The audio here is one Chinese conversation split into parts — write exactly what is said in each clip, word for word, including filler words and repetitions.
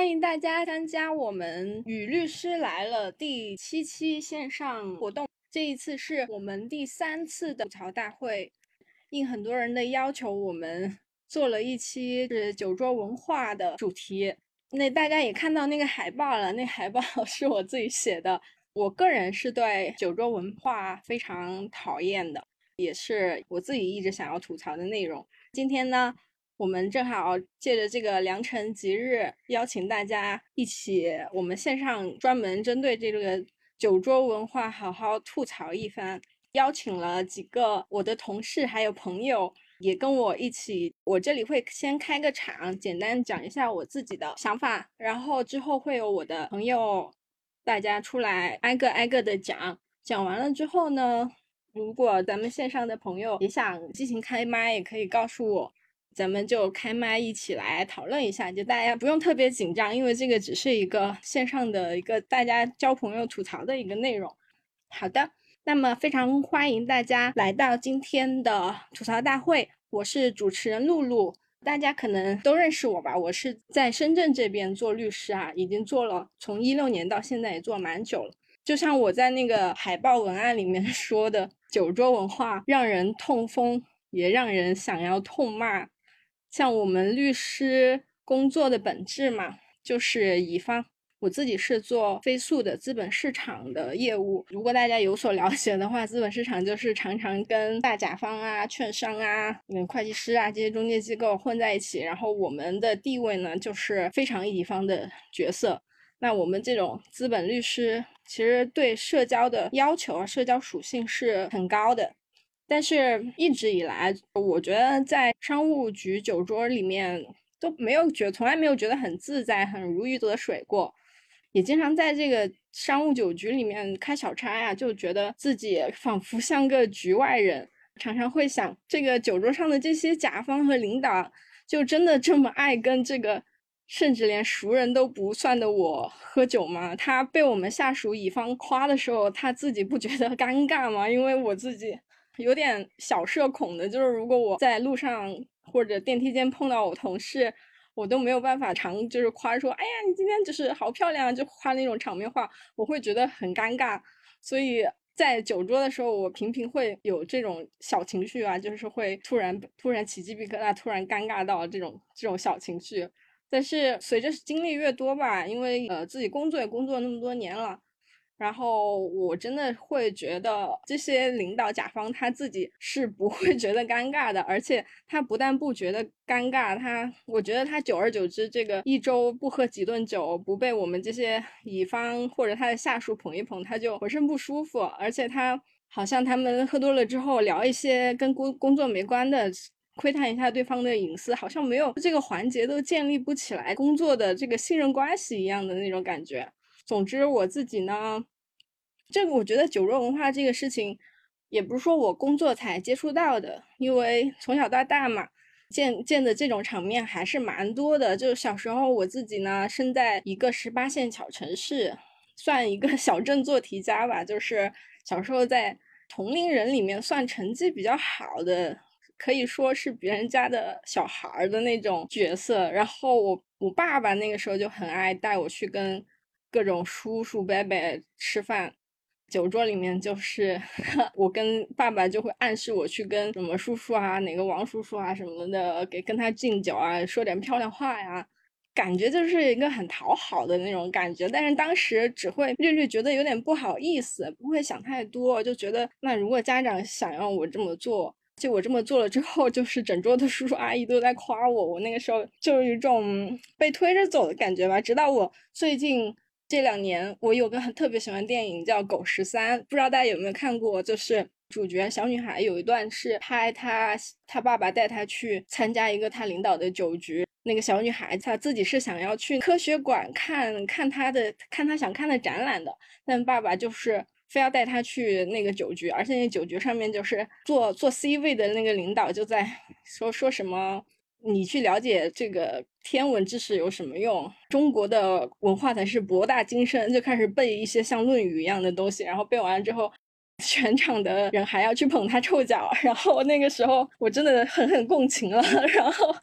欢迎大家参加我们与律师来了第七期线上活动。这一次是我们第三次的吐槽大会，应很多人的要求，我们做了一期是酒桌文化的主题。那大家也看到那个海报了，那海报是我自己写的。我个人是对酒桌文化非常讨厌的，也是我自己一直想要吐槽的内容。今天呢，我们正好借着这个良辰吉日，邀请大家一起，我们线上专门针对这个酒桌文化好好吐槽一番。邀请了几个我的同事还有朋友，也跟我一起。我这里会先开个场，简单讲一下我自己的想法，然后之后会有我的朋友大家出来挨个挨个的讲。讲完了之后呢，如果咱们线上的朋友也想进行开麦，也可以告诉我，咱们就开麦一起来讨论一下，就大家不用特别紧张，因为这个只是一个线上的一个大家交朋友吐槽的一个内容。好的，那么非常欢迎大家来到今天的吐槽大会，我是主持人露露。大家可能都认识我吧，我是在深圳这边做律师啊，已经做了从一六年到现在也做蛮久了。就像我在那个海报文案里面说的，酒桌文化让人痛风，也让人想要痛骂。像我们律师工作的本质嘛，就是乙方。我自己是做飞速的资本市场的业务，如果大家有所了解的话，资本市场就是常常跟大甲方啊、券商啊、嗯、会计师啊这些中介机构混在一起，然后我们的地位呢就是非常乙方的角色。那我们这种资本律师其实对社交的要求啊、社交属性是很高的，但是一直以来我觉得在商务局酒桌里面都没有觉从来没有觉得很自在、很如鱼得水过，也经常在这个商务酒局里面开小差呀、啊，就觉得自己仿佛像个局外人，常常会想，这个酒桌上的这些甲方和领导就真的这么爱跟这个甚至连熟人都不算的我喝酒吗？他被我们下属乙方夸的时候，他自己不觉得尴尬吗？因为我自己有点小社恐的，就是如果我在路上或者电梯间碰到我同事，我都没有办法常就是夸说，哎呀，你今天就是好漂亮，就夸那种场面话，我会觉得很尴尬。所以在酒桌的时候，我频频会有这种小情绪啊，就是会突然突然起鸡皮疙瘩，突然尴尬到这种这种小情绪。但是随着经历越多吧，因为呃自己工作也工作那么多年了，然后我真的会觉得这些领导甲方他自己是不会觉得尴尬的，而且他不但不觉得尴尬，他我觉得他久而久之，这个一周不喝几顿酒，不被我们这些乙方或者他的下属捧一捧，他就浑身不舒服。而且他好像他们喝多了之后聊一些跟工工作没关的，窥探一下对方的隐私，好像没有这个环节都建立不起来工作的这个信任关系一样的那种感觉。总之我自己呢，这个我觉得酒桌文化这个事情也不是说我工作才接触到的，因为从小到大嘛，见见的这种场面还是蛮多的。就是小时候我自己呢生在一个十八线小城市，算一个小镇做题家吧，就是小时候在同龄人里面算成绩比较好的，可以说是别人家的小孩的那种角色。然后我我爸爸那个时候就很爱带我去跟各种叔叔伯伯吃饭，酒桌里面就是我跟爸爸就会暗示我去跟什么叔叔啊，哪个王叔叔啊什么的，给跟他敬酒啊，说点漂亮话呀，感觉就是一个很讨好的那种感觉。但是当时只会略略觉得有点不好意思，不会想太多，就觉得那如果家长想要我这么做，就我这么做了之后，就是整桌的叔叔阿姨都在夸我，我那个时候就有一种被推着走的感觉吧。直到我最近这两年，我有个很特别喜欢电影叫《狗十三》，不知道大家有没有看过？就是主角小女孩有一段是拍她她爸爸带她去参加一个她领导的酒局，那个小女孩她自己是想要去科学馆看看她的看她想看的展览的，但爸爸就是非要带她去那个酒局，而且那酒局上面就是坐坐 C 位的那个领导就在说说什么，你去了解这个天文知识有什么用？中国的文化才是博大精深，就开始背一些像《论语》一样的东西，然后背完了之后，全场的人还要去捧他臭脚，然后那个时候我真的狠狠共情了，然后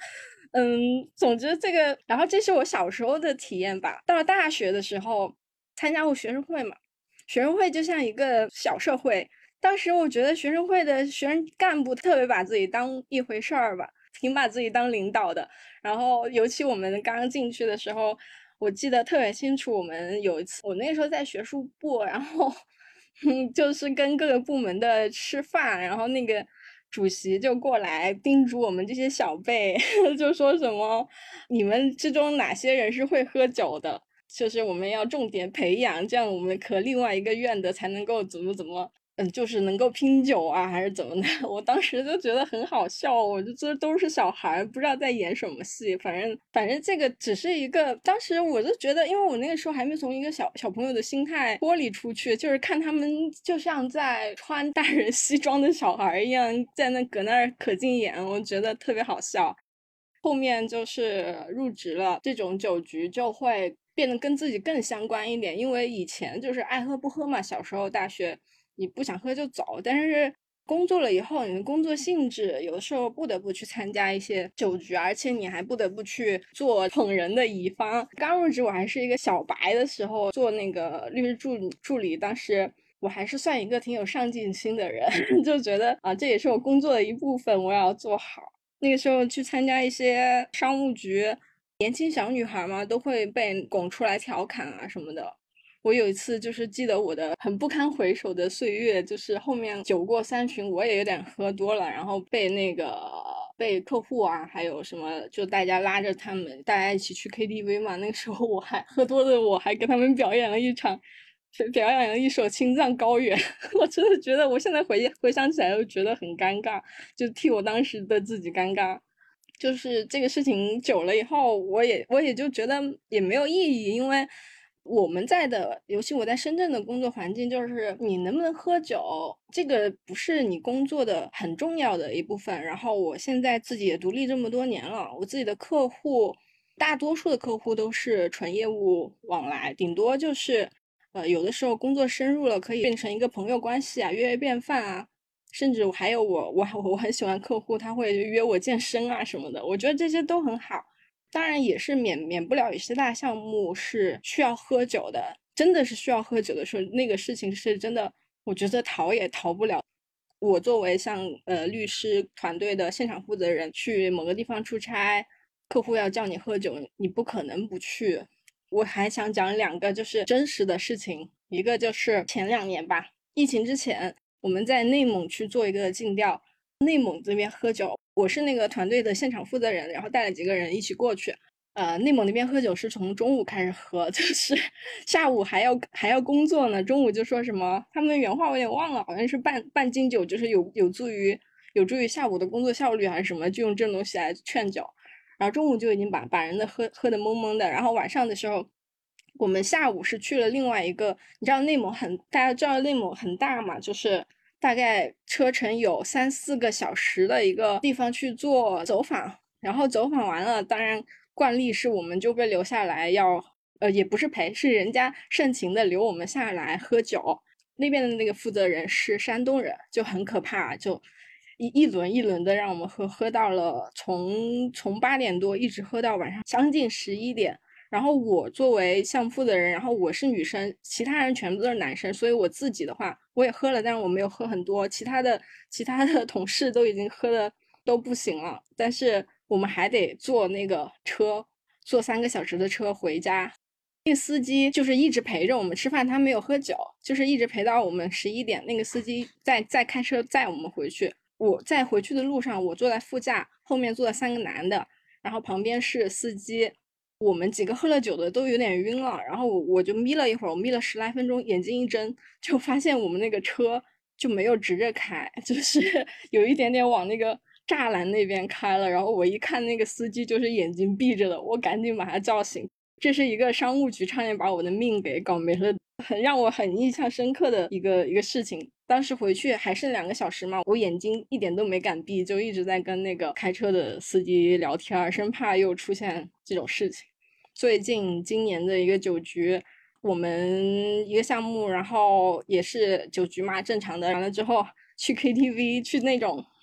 嗯，总之这个，然后这是我小时候的体验吧。到了大学的时候，参加过学生会嘛，学生会就像一个小社会。当时我觉得学生会的学生干部特别把自己当一回事儿吧，挺把自己当领导的。然后尤其我们刚刚进去的时候，我记得特别清楚，我们有一次，我那个时候在学术部，然后嗯，就是跟各个部门的吃饭，然后那个主席就过来叮嘱我们这些小辈，就说什么你们之中哪些人是会喝酒的，就是我们要重点培养，这样我们和另外一个院的才能够怎么怎么。嗯，就是能够拼酒啊，还是怎么的？我当时就觉得很好笑，我就这都是小孩，不知道在演什么戏。反正反正这个只是一个，当时我就觉得，因为我那个时候还没从一个小小朋友的心态脱离出去，就是看他们就像在穿大人西装的小孩一样，在那搁那儿可劲演，我觉得特别好笑。后面就是入职了，这种酒局就会变得跟自己更相关一点，因为以前就是爱喝不喝嘛，小时候大学你不想喝就走，但是工作了以后，你的工作性质有的时候不得不去参加一些酒局，而且你还不得不去做捧人的乙方。刚入职我还是一个小白的时候，做那个律师助助理，当时我还是算一个挺有上进心的人，就觉得啊，这也是我工作的一部分，我要做好。那个时候去参加一些商务局，年轻小女孩嘛，都会被拱出来调侃啊什么的。我有一次就是记得我的很不堪回首的岁月，就是后面酒过三巡，我也有点喝多了，然后被那个被客户啊，还有什么，就大家拉着他们，大家一起去 K T V 嘛。那个时候我还喝多的，我还给他们表演了一场，表演了一首《青藏高原》。我真的觉得，我现在回回想起来都觉得很尴尬，就替我当时的自己尴尬。就是这个事情久了以后，我也我也就觉得也没有意义，因为我们在的，尤其我在深圳的工作环境，就是你能不能喝酒，这个不是你工作的很重要的一部分。然后我现在自己也独立这么多年了，我自己的客户，大多数的客户都是纯业务往来，顶多就是，呃，有的时候工作深入了，可以变成一个朋友关系啊，约约便饭啊。甚至还有我我我很喜欢客户，他会约我健身啊什么的，我觉得这些都很好。当然也是免免不了有些大项目是需要喝酒的，真的是需要喝酒的时候，那个事情是真的，我觉得逃也逃不了。我作为像呃律师团队的现场负责人，去某个地方出差，客户要叫你喝酒，你不可能不去。我还想讲两个就是真实的事情，一个就是前两年吧，疫情之前。我们在内蒙去做一个尽调，内蒙这边喝酒，我是那个团队的现场负责人，然后带了几个人一起过去。呃，内蒙那边喝酒是从中午开始喝，就是下午还要还要工作呢。中午就说什么，他们原话我有点忘了，好像是半半斤酒，就是有有助于有助于下午的工作效率还是什么，就用这种东西来劝酒。然后中午就已经把把人的喝喝的懵懵的，然后晚上的时候。我们下午是去了另外一个，你知道内蒙很，大家知道内蒙很大嘛，就是大概车程有三四个小时的一个地方去做走访，然后走访完了，当然惯例是我们就被留下来要，呃，也不是陪，是人家盛情的留我们下来喝酒。那边的那个负责人是山东人，就很可怕，就一一轮一轮的让我们喝，喝到了从从八点多一直喝到晚上将近十一点。然后我作为项目负责人，然后我是女生，其他人全部都是男生，所以我自己的话我也喝了，但是我没有喝很多，其他的其他的同事都已经喝的都不行了，但是我们还得坐那个车，坐三个小时的车回家。那个司机就是一直陪着我们吃饭，他没有喝酒，就是一直陪到我们十一点，那个司机再再开车载我们回去。我在回去的路上，我坐在副驾，后面坐了三个男的，然后旁边是司机。我们几个喝了酒的都有点晕了，然后我我就眯了一会儿，我眯了十来分钟，眼睛一睁，就发现我们那个车就没有直着开，就是有一点点往那个栅栏那边开了。然后我一看那个司机就是眼睛闭着的，我赶紧把他叫醒。这是一个商务局差点把我的命给搞没了，很让我很印象深刻的一个一个事情。当时回去还剩两个小时嘛，我眼睛一点都没敢闭，就一直在跟那个开车的司机聊天，生怕又出现这种事情。最近今年的一个酒局，我们一个项目，然后也是酒局嘛，正常的。完了之后去 K T V， 去那种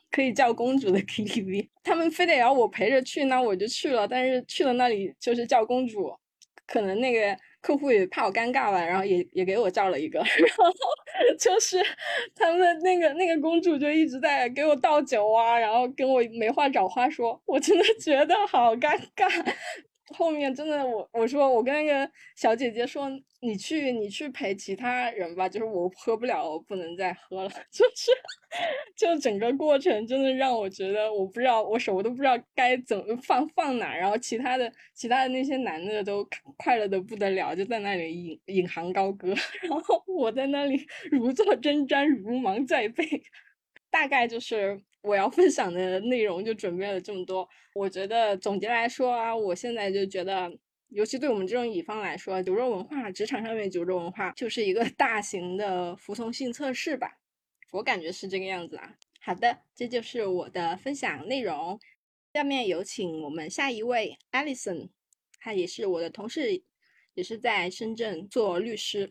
可以叫公主的 K T V， 他们非得要我陪着去，那我就去了。但是去了那里就是叫公主，可能那个客户也怕我尴尬吧，然后也也给我叫了一个，然后就是他们那个那个公主就一直在给我倒酒啊，然后跟我没话找话说，我真的觉得好尴尬。后面真的我我说我跟那个小姐姐说，你去你去陪其他人吧，就是我喝不了，我不能再喝了。就是就整个过程真的让我觉得我不知道我手都不知道该怎么放放哪，然后其他的其他的那些男的都快乐的不得了，就在那里引引吭高歌，然后我在那里如坐针毡，如芒在背。大概就是我要分享的内容就准备了这么多。我觉得总结来说啊，我现在就觉得，尤其对我们这种乙方来说，酒桌文化，职场上面酒桌文化就是一个大型的服从性测试吧，我感觉是这个样子啊。好的，这就是我的分享内容。下面有请我们下一位 Alison， 她也是我的同事，也是在深圳做律师。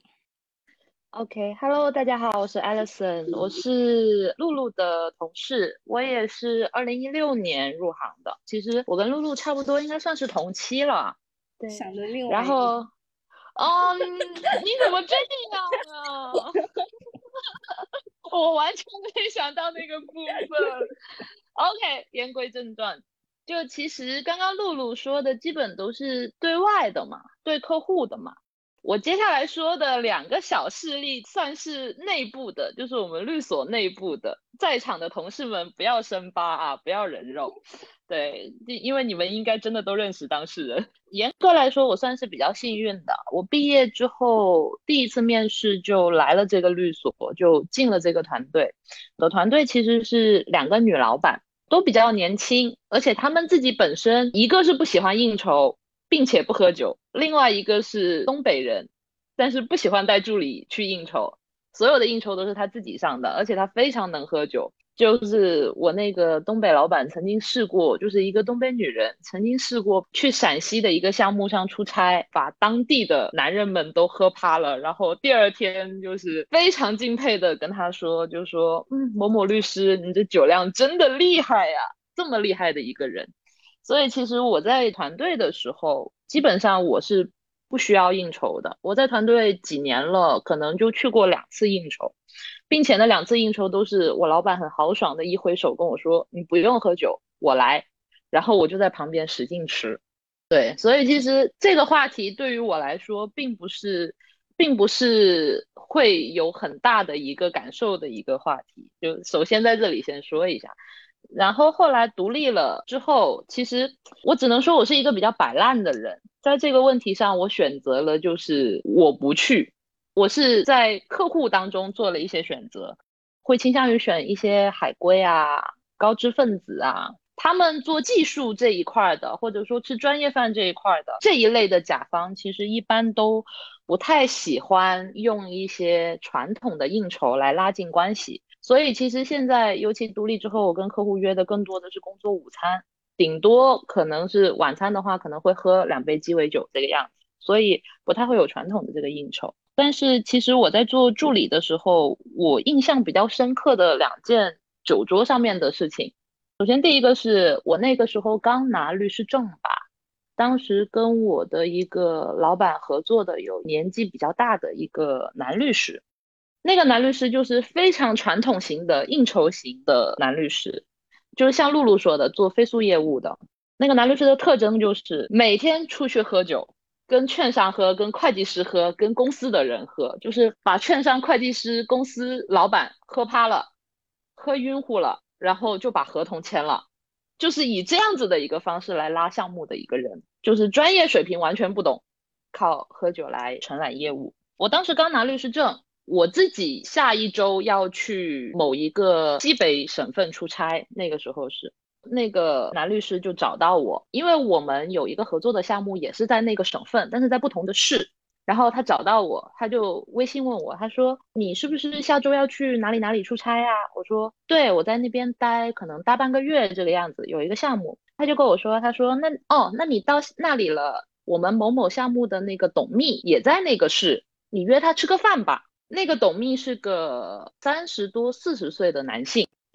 OK，Hello，、大家好，我是 Alison，我是露露的同事，我也是二零一六年入行的。其实我跟露露差不多，应该算是同期了。对， 想的另外一个， 然后，嗯，你怎么这样啊？我完全没想到那个部分。OK，言归正传，就其实刚刚露露说的基本都是对外的嘛，对客户的嘛。我接下来说的两个小事例算是内部的，就是我们律所内部的，在场的同事们不要生扒啊，不要人肉。对，因为你们应该真的都认识当事人。严格来说，我算是比较幸运的。我毕业之后第一次面试就来了这个律所，就进了这个团队。我的团队其实是两个女老板，都比较年轻，而且她们自己本身一个是不喜欢应酬，并且不喝酒，另外一个是东北人，但是不喜欢带助理去应酬，所有的应酬都是她自己上的，而且她非常能喝酒。就是我那个东北老板曾经试过，就是一个东北女人曾经试过去陕西的一个项目上出差，把当地的男人们都喝趴了，然后第二天就是非常敬佩的跟他说，就说嗯，某某律师，你这酒量真的厉害呀，这么厉害的一个人。所以其实我在团队的时候，基本上我是不需要应酬的。我在团队几年了，可能就去过两次应酬，并且那两次应酬都是我老板很豪爽的一挥手跟我说：“你不用喝酒，我来。”然后我就在旁边使劲吃。对，所以其实这个话题对于我来说，并不是，并不是会有很大的一个感受的一个话题。就首先在这里先说一下，然后后来独立了之后，其实我只能说我是一个比较摆烂的人，在这个问题上，我选择了就是我不去，我是在客户当中做了一些选择，会倾向于选一些海归啊、高知分子啊。他们做技术这一块的，或者说吃专业饭这一块的这一类的甲方，其实一般都不太喜欢用一些传统的应酬来拉近关系。所以其实现在，尤其独立之后，我跟客户约的更多的是工作午餐，顶多可能是晚餐的话，可能会喝两杯鸡尾酒这个样子，所以不太会有传统的这个应酬。但是其实我在做助理的时候，我印象比较深刻的两件酒桌上面的事情。首先，第一个是我那个时候刚拿律师证吧，当时跟我的一个老板合作的有年纪比较大的一个男律师，那个男律师就是非常传统型的应酬型的男律师，就是像露露说的做飞速业务的。那个男律师的特征就是每天出去喝酒，跟券商喝，跟会计师喝，跟公司的人喝，就是把券商、会计师、公司老板喝趴了，喝晕乎了，然后就把合同签了，就是以这样子的一个方式来拉项目的一个人，就是专业水平完全不懂，靠喝酒来承揽业务。我当时刚拿律师证，我自己下一周要去某一个西北省份出差，那个时候是那个男律师就找到我，因为我们有一个合作的项目也是在那个省份，但是在不同的市。然后他找到我，他就微信问我，他说你是不是下周要去哪里哪里出差啊？我说对，我在那边待可能大半个月这个样子，有一个项目。他就跟我说，他说那哦，那你到那里了，我们某某项目的那个董秘也在那个市，你约他吃个饭吧。那个董秘是个三十多四十岁的男性。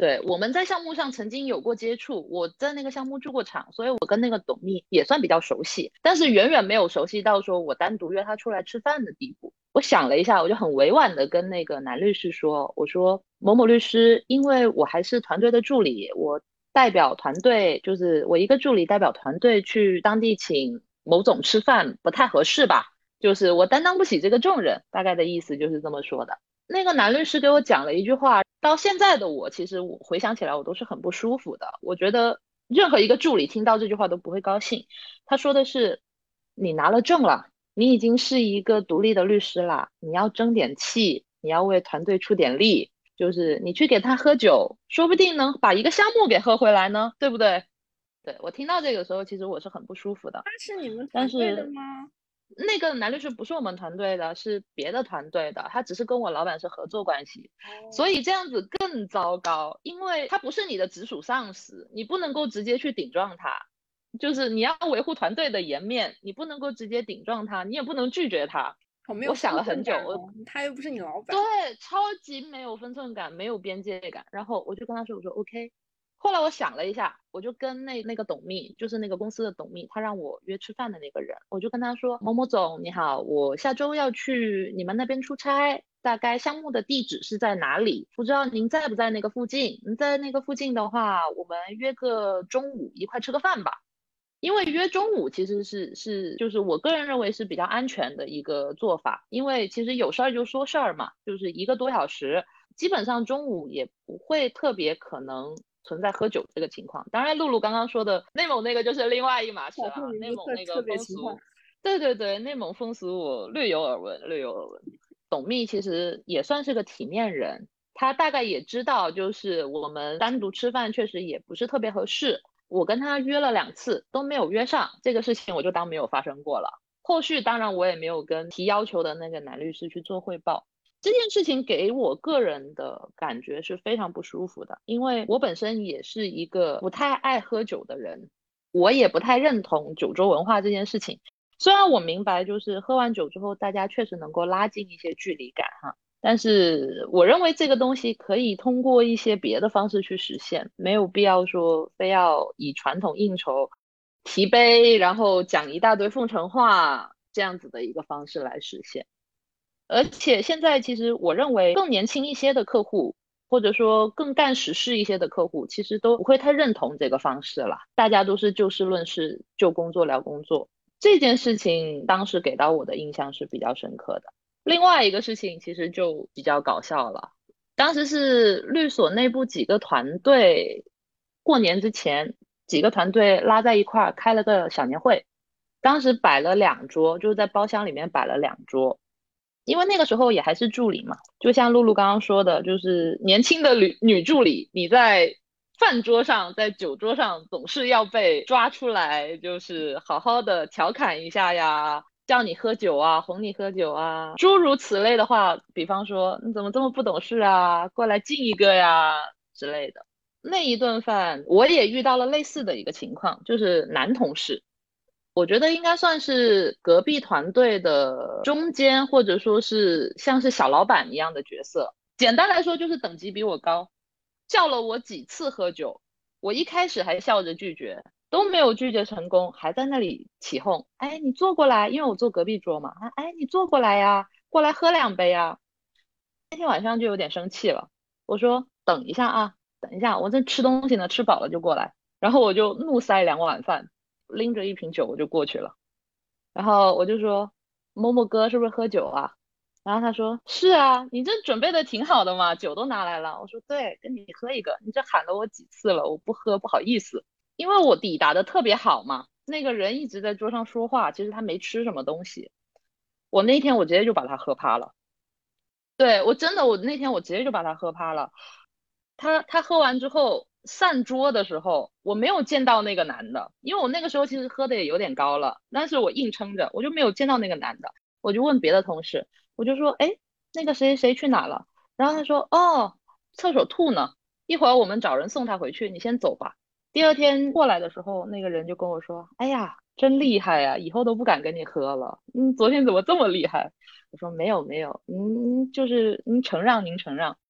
对，我们在项目上曾经有过接触，我在那个项目驻过场，所以我跟那个董秘也算比较熟悉，但是远远没有熟悉到说我单独约他出来吃饭的地步。我想了一下，我就很委婉的跟那个男律师说，我说某某律师，因为我还是团队的助理，我代表团队，就是我一个助理代表团队去当地请某总吃饭，不太合适吧？就是我担当不起这个重任，大概的意思就是这么说的。那个男律师给我讲了一句话，到现在的我，其实我回想起来，我都是很不舒服的。我觉得任何一个助理听到这句话都不会高兴。他说的是：你拿了证了，你已经是一个独立的律师了，你要争点气，你要为团队出点力。就是你去给他喝酒，说不定能把一个项目给喝回来呢，对不对？对，我听到这个时候，其实我是很不舒服的。 他是你们但团队的是吗？ 那个男律师不是我们团队的，是别的团队的，他只是跟我老板是合作关系，所哦， 以这样子更糟糕，因为他不是你的直属上司，你不能够直接去顶撞他，就是你要维护团队的颜面，你不能够直接顶撞他，你也不能拒绝他。 好没有我想分了很久，我寸感哦，他又不是你老对， 板。 超级没有分寸感，没有边界感。然后我就跟他说，我说 OK。后来我想了一下，我就跟那那个董秘，就是那个公司的董秘，他让我约吃饭的那个人，我就跟他说，某某总你好，我下周要去你们那边出差，大概项目的地址是在哪里？不知道您在不在那个附近？您在那个附近的话，我们约个中午一块吃个饭吧。因为约中午其实是是就是我个人认为是比较安全的一个做法，因为其实有事儿就说事儿嘛，就是一个多小时，基本上中午也不会特别可能存在喝酒这个情况。当然，露露刚刚说的内蒙那个就是另外一码事保护啊， 民族特内蒙那个特别情况。 风俗，对对对，内蒙风俗我略有耳闻，略有耳闻。董秘其实也算是个体面人，他大概也知道，就是我们单独吃饭确实也不是特别合适。我跟他约了两次都没有约上，这个事情我就当没有发生过了。后续当然我也没有跟提要求的那个男律师去做汇报。这件事情给我个人的感觉是非常不舒服的，因为我本身也是一个不太爱喝酒的人，我也不太认同酒桌文化这件事情。虽然我明白，就是喝完酒之后，大家确实能够拉近一些距离感哈，但是我认为这个东西可以通过一些别的方式去实现，没有必要说非要以传统应酬提杯，然后讲一大堆奉承话这样子的一个方式来实现。而且现在其实我认为更年轻一些的客户，或者说更干实事一些的客户，其实都不会太认同这个方式了。大家都是就事论事，就工作聊工作。这件事情当时给到我的印象是比较深刻的。另外一个事情其实就比较搞笑了，当时是律所内部几个团队过年之前，几个团队拉在一块儿开了个小年会，当时摆了两桌，就是在包厢里面摆了两桌。因为那个时候也还是助理嘛，就像露露刚刚说的，就是年轻的女女助理，你在饭桌上，在酒桌上总是要被抓出来，就是好好的调侃一下呀，叫你喝酒啊，哄你喝酒啊，诸如此类的话，比方说你怎么这么不懂事啊，过来敬一个呀之类的。那一顿饭我也遇到了类似的一个情况，就是男同事。我觉得应该算是隔壁团队的中间，或者说是像是小老板一样的角色。简单来说，就是等级比我高，叫了我几次喝酒，我一开始还笑着拒绝，都没有拒绝成功，还在那里起哄。哎，你坐过来，因为我坐隔壁桌嘛。啊哎，你坐过来呀，过来喝两杯呀。那天晚上就有点生气了，我说等一下啊，等一下，我在吃东西呢，吃饱了就过来。然后我就怒塞两碗饭，拎着一瓶酒我就过去了。然后我就说某某哥是不是喝酒啊？然后他说是啊，你这准备的挺好的嘛，酒都拿来了。我说对，跟你喝一个，你这喊了我几次了，我不喝不好意思，因为我抵达的特别好嘛。那个人一直在桌上说话，其实他没吃什么东西。我那天我直接就把他喝趴了。对，我真的，我那天我直接就把他喝趴了。他他喝完之后散桌的时候，我没有见到那个男的，因为我那个时候其实喝的也有点高了，但是我硬撑着，我就没有见到那个男的。我就问别的同事，我就说，哎，那个谁谁去哪了？然后他说，哦，厕所吐呢，一会儿我们找人送他回去，你先走吧。第二天过来的时候，那个人就跟我说，哎呀，真厉害呀，以后都不敢跟你喝了。嗯，昨天怎么这么厉害？我说没有没有，您就是您承让您承让。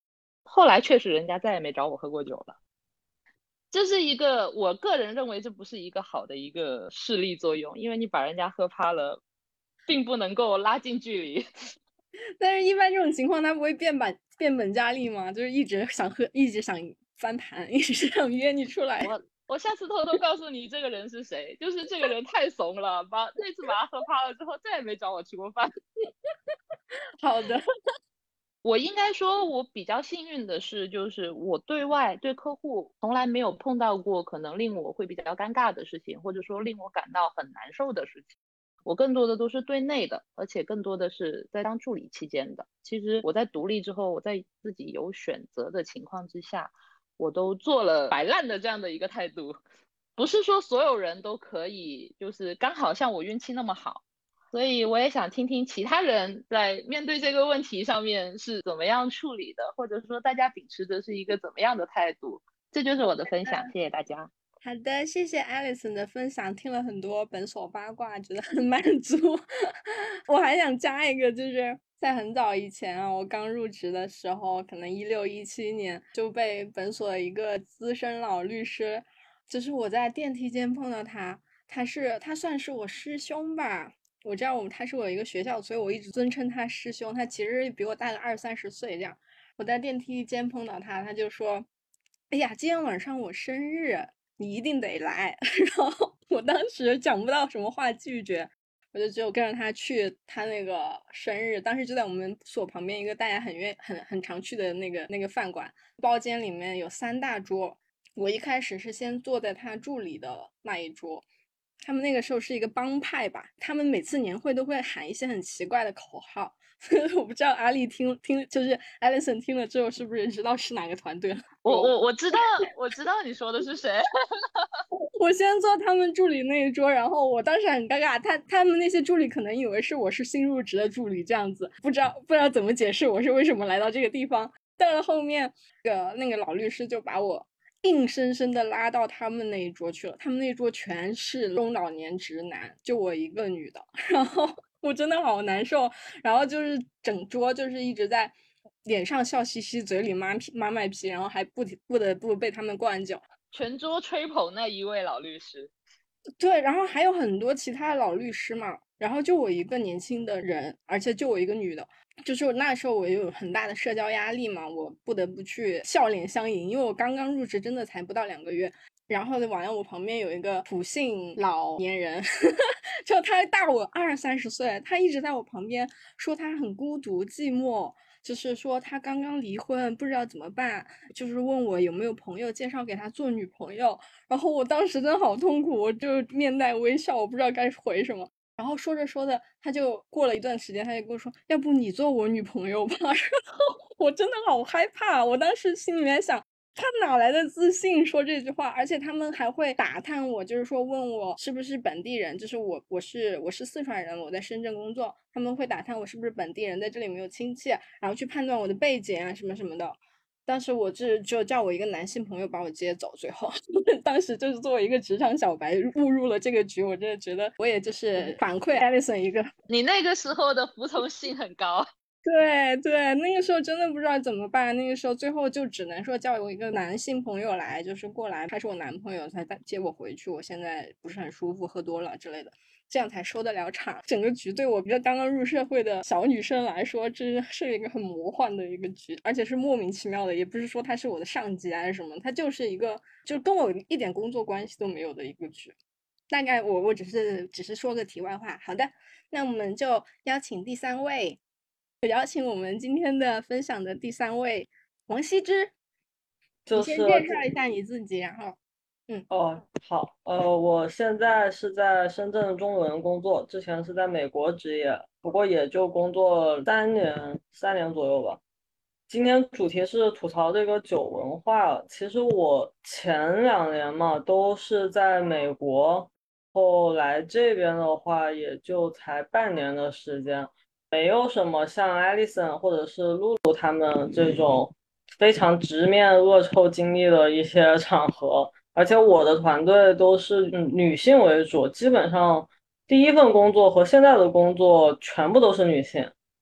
后来确实人家再也没找我喝过酒了。这是一个我个人认为这不是一个好的一个势力作用，因为你把人家喝趴了，并不能够拉近距离。 但是，一般这种情况他不会变本变本加厉吗？就是一直想喝，一直想翻盘，一直想约你出来。 我我下次偷偷告诉你这个人是谁，就是这个人太怂了，把那次把他喝趴了之后，再也没找我吃过饭。 好的。 我应该说，我比较幸运的是，就是我对外对客户从来没有碰到过可能令我会比较尴尬的事情，或者说令我感到很难受的事情。我更多的都是对内的，而且更多的是在当助理期间的。其实我在独立之后，我在自己有选择的情况之下，我都做了摆烂的这样的一个态度。不是说所有人都可以，就是刚好像我运气那么好。所以我也想听听其他人在面对这个问题上面是怎么样处理的，或者说大家秉持的是一个怎么样的态度。这就是我的分享，谢谢大家。 好的，谢谢 Alison 的分享，听了很多本所八卦，觉得很满足。我还想加一个，就是在很早以前啊，我刚入职的时候，可能一六一七年就被本所的一个资深老律师，就是我在电梯间碰到他，他是他算是我师兄吧。我知道我们他是我一个学校，所以我一直尊称他师兄。他其实比我大个二三十岁这样。我在电梯间碰到他，他就说：“哎呀，今天晚上我生日，你一定得来。”然后我当时讲不到什么话拒绝，我就只有跟着他去他那个生日。当时就在我们所旁边一个大家很愿很很常去的那个那个饭馆，包间里面有三大桌。我一开始是先坐在他助理的那一桌。他们那个时候是一个帮派吧，他们每次年会都会喊一些很奇怪的口号。我不知道阿丽听听，就是 Alison 听了之后是不是知道是哪个团队了？ 我我我知道，我知道你说的是谁。 我先坐他们助理那一桌，然后我当时很尴尬，他他们那些助理可能以为是我是新入职的助理这样子，不知道不知道怎么解释我是为什么来到这个地方。到了后面，那个那个老律师就把我硬生生的拉到他们那一桌去了，他们那一桌全是中老年直男，就我一个女的，然后我真的好难受，然后就是整桌就是一直在脸上笑嘻嘻，嘴里妈屁妈卖批，然后还不不得不被他们灌酒。 全桌吹捧那一位老律师。 对，然后还有很多其他的老律师嘛，然后就我一个年轻的人，而且就我一个女的，就是那时候我有很大的社交压力嘛，我不得不去笑脸相迎，因为我刚刚入职，真的才不到两个月。然后呢，完了，我旁边有一个普姓老年人，就他大我二三十岁，他一直在我旁边说他很孤独寂寞，就是说他刚刚离婚，不知道怎么办，就是问我有没有朋友介绍给他做女朋友。然后我当时真的好痛苦，我就面带微笑，我不知道该回什么。然后说着说着，他就过了一段时间，他就跟我说：“要不你做我女朋友吧？”然后我真的好害怕，我当时心里面想，他哪来的自信说这句话？而且他们还会打探我，就是说问我是不是本地人，就是我我是我是四川人，我在深圳工作，他们会打探我是不是本地人，在这里没有亲戚，然后去判断我的背景啊什么什么的。当时我这就叫我一个男性朋友把我接走，最后当时就是作为一个职场小白误入了这个局，我真的觉得我也就是反馈 Alison 一个。 你那个时候的服从性很高。 对对，那个时候真的不知道怎么办，那个时候最后就只能说叫我一个男性朋友来，就是过来，他是我男朋友才接我回去，我现在不是很舒服，喝多了之类的，这样才收得了场。整个局对我一个刚刚入社会的小女生来说，这是一个很魔幻的一个局，而且是莫名其妙的，也不是说他是我的上级还是什么，他就是一个就跟我一点工作关系都没有的一个局。大概我我只是只是说个题外话。好的，那我们就邀请第三位。邀请我们今天的分享的第三位王羲之，你先就是介绍一下你自己，然后，嗯， 哦，好，呃，我现在是在深圳中文工作，之前是在美国职业，不过也就工作三年，三年左右吧。今天主题是吐槽这个酒文化。其实我前两年嘛都是在美国，后来这边的话也就才半年的时间，没有什么像 Alison 或者是露露他们这种非常直面恶臭经历的一些场合。而且我的团队都是嗯女性为主，基本上第一份工作和现在的工作全部都是女性。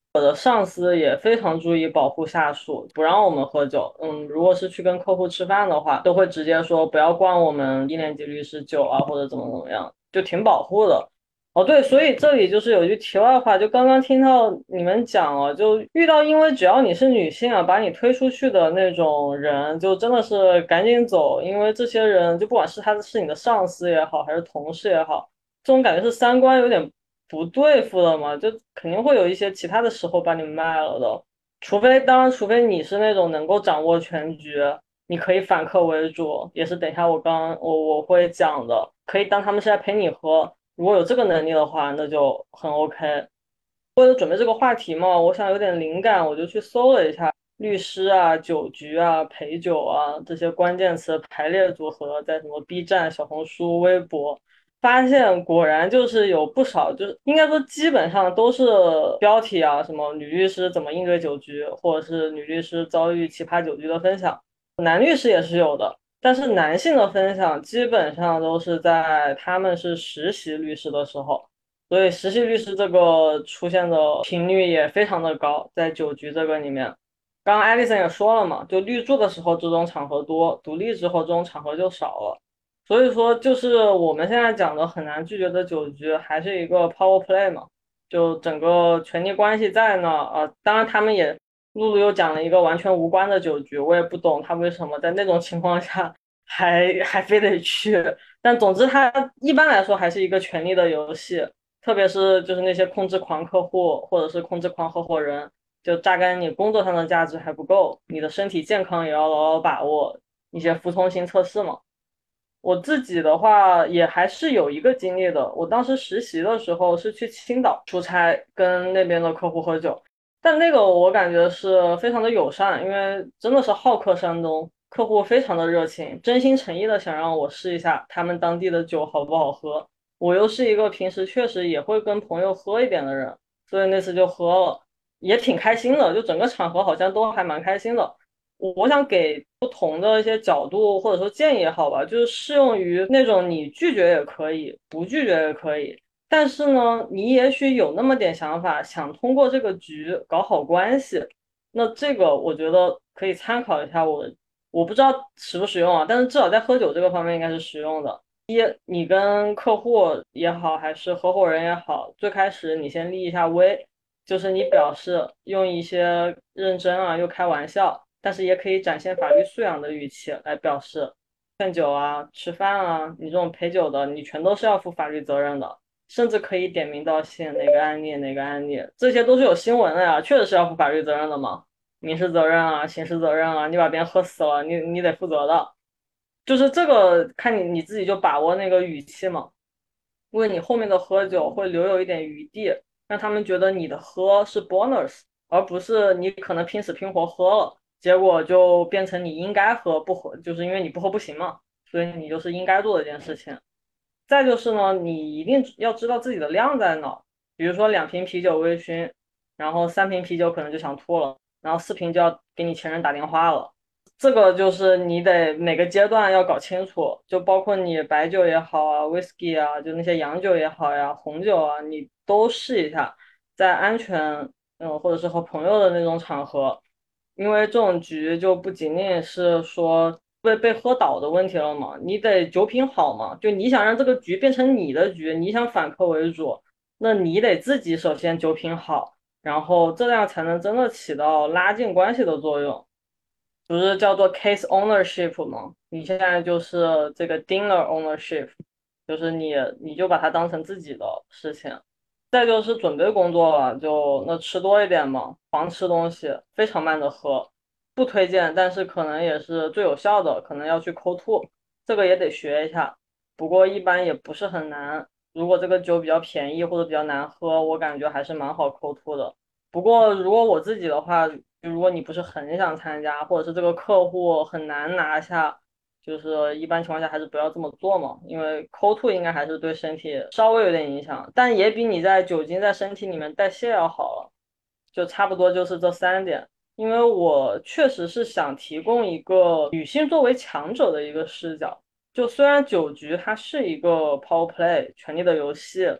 我的上司也非常注意保护下属，不让我们喝酒。嗯，如果是去跟客户吃饭的话，都会直接说不要灌我们一年级律师酒啊，或者怎么怎么样，就挺保护的。哦，对，所以这里就是有一句题外话，就刚刚听到你们讲了，就遇到因为只要你是女性啊，把你推出去的那种人，就真的是赶紧走，因为这些人就不管是他是你的上司也好，还是同事也好，这种感觉是三观有点不对付的嘛，就肯定会有一些其他的时候把你卖了的，除非当然，除非你是那种能够掌握全局，你可以反客为主，也是等一下我刚我我会讲的，可以当他们是在陪你喝。如果有这个能力的话，那就很 OK。为了准备这个话题嘛，我想有点灵感，我就去搜了一下律师啊、酒局啊、陪酒啊这些关键词排列组合，在什么 B 站、小红书、微博，发现果然就是有不少，就是应该说基本上都是标题啊，什么女律师怎么应对酒局，或者是女律师遭遇奇葩酒局的分享，男律师也是有的。但是男性的分享基本上都是在他们是实习律师的时候，所以实习律师这个出现的频率也非常的高，在酒局这个里面。刚刚艾丽森也说了嘛，就律助的时候这种场合多，独立之后这种场合就少了。所以说，就是我们现在讲的很难拒绝的酒局，还是一个 power play 嘛，就整个权力关系在那啊、呃当然，他们也露露又讲了一个完全无关的酒局，我也不懂他为什么在那种情况下还还非得去。但总之，它一般来说还是一个权力的游戏，特别是就是那些控制狂客户或者是控制狂合伙人，就榨干你工作上的价值还不够，你的身体健康也要牢牢把握，一些服从性测试嘛。我自己的话也还是有一个经历的。我当时实习的时候是去青岛出差，跟那边的客户喝酒，但那个我感觉是非常的友善，因为真的是好客山东，客户非常的热情，真心诚意的想让我试一下他们当地的酒好不好喝。我又是一个平时确实也会跟朋友喝一点的人，所以那次就喝了，也挺开心的，就整个场合好像都还蛮开心的。我我想给不同的一些角度或者说建议也好吧，就是适用于那种你拒绝也可以，不拒绝也可以，但是呢，你也许有那么点想法，想通过这个局搞好关系，那这个我觉得可以参考一下我，我不知道实不实用啊，但是至少在喝酒这个方面应该是实用的。一，你跟客户也好，还是合伙人也好，最开始你先立一下威，就是你表示用一些认真啊又开玩笑，但是也可以展现法律素养的语气来表示，劝酒啊、吃饭啊，你这种陪酒的，你全都是要负法律责任的，甚至可以点名道姓哪个案例哪个案例，这些都是有新闻的呀，确实是要负法律责任的嘛，民事责任啊、刑事责任啊，你把别人喝死了，你你得负责的，就是这个看你你自己就把握那个语气嘛，为你后面的喝酒会留有一点余地。让他们觉得你的喝是 bonus，而不是你可能拼死拼活喝了，结果就变成你应该喝不喝，就是因为你不喝不行嘛，所以你就是应该做的一件事情。再就是呢，你一定要知道自己的量在哪，比如说两瓶啤酒微醺，然后三瓶啤酒可能就想吐了，然后四瓶就要给你前任打电话了。这个就是你得每个阶段要搞清楚，就包括你白酒也好啊，whisky 啊，就那些洋酒也好呀，红酒啊，你都试一下，在安全，嗯，或者是和朋友的那种场合，因为这种局就不仅仅是说被被喝倒的问题了嘛，你得酒品好嘛，就你想让这个局变成你的局，你想反客为主，那你得自己首先酒品好，然后这样才能真的起到拉近关系的作用。不是叫做 case ownership 吗？你现在就是这个 dinner ownership，就是你你就把它当成自己的事情。再就是准备工作了，就那吃多一点嘛，狂吃东西，非常慢的喝，不推荐，但是可能也是最有效的，可能要去抠吐，这个也得学一下。不过一般也不是很难，如果这个酒比较便宜或者比较难喝，我感觉还是蛮好抠吐的。不过如果我自己的话，如果你不是很想参加，或者是这个客户很难拿下，就是一般情况下还是不要这么做嘛，因为抠吐应该还是对身体稍微有点影响，但也比你在酒精在身体里面代谢要好了，就差不多就是这三点。因为我确实是想提供一个女性作为强者的一个视角，就虽然酒局它是一个 power play 权力的游戏，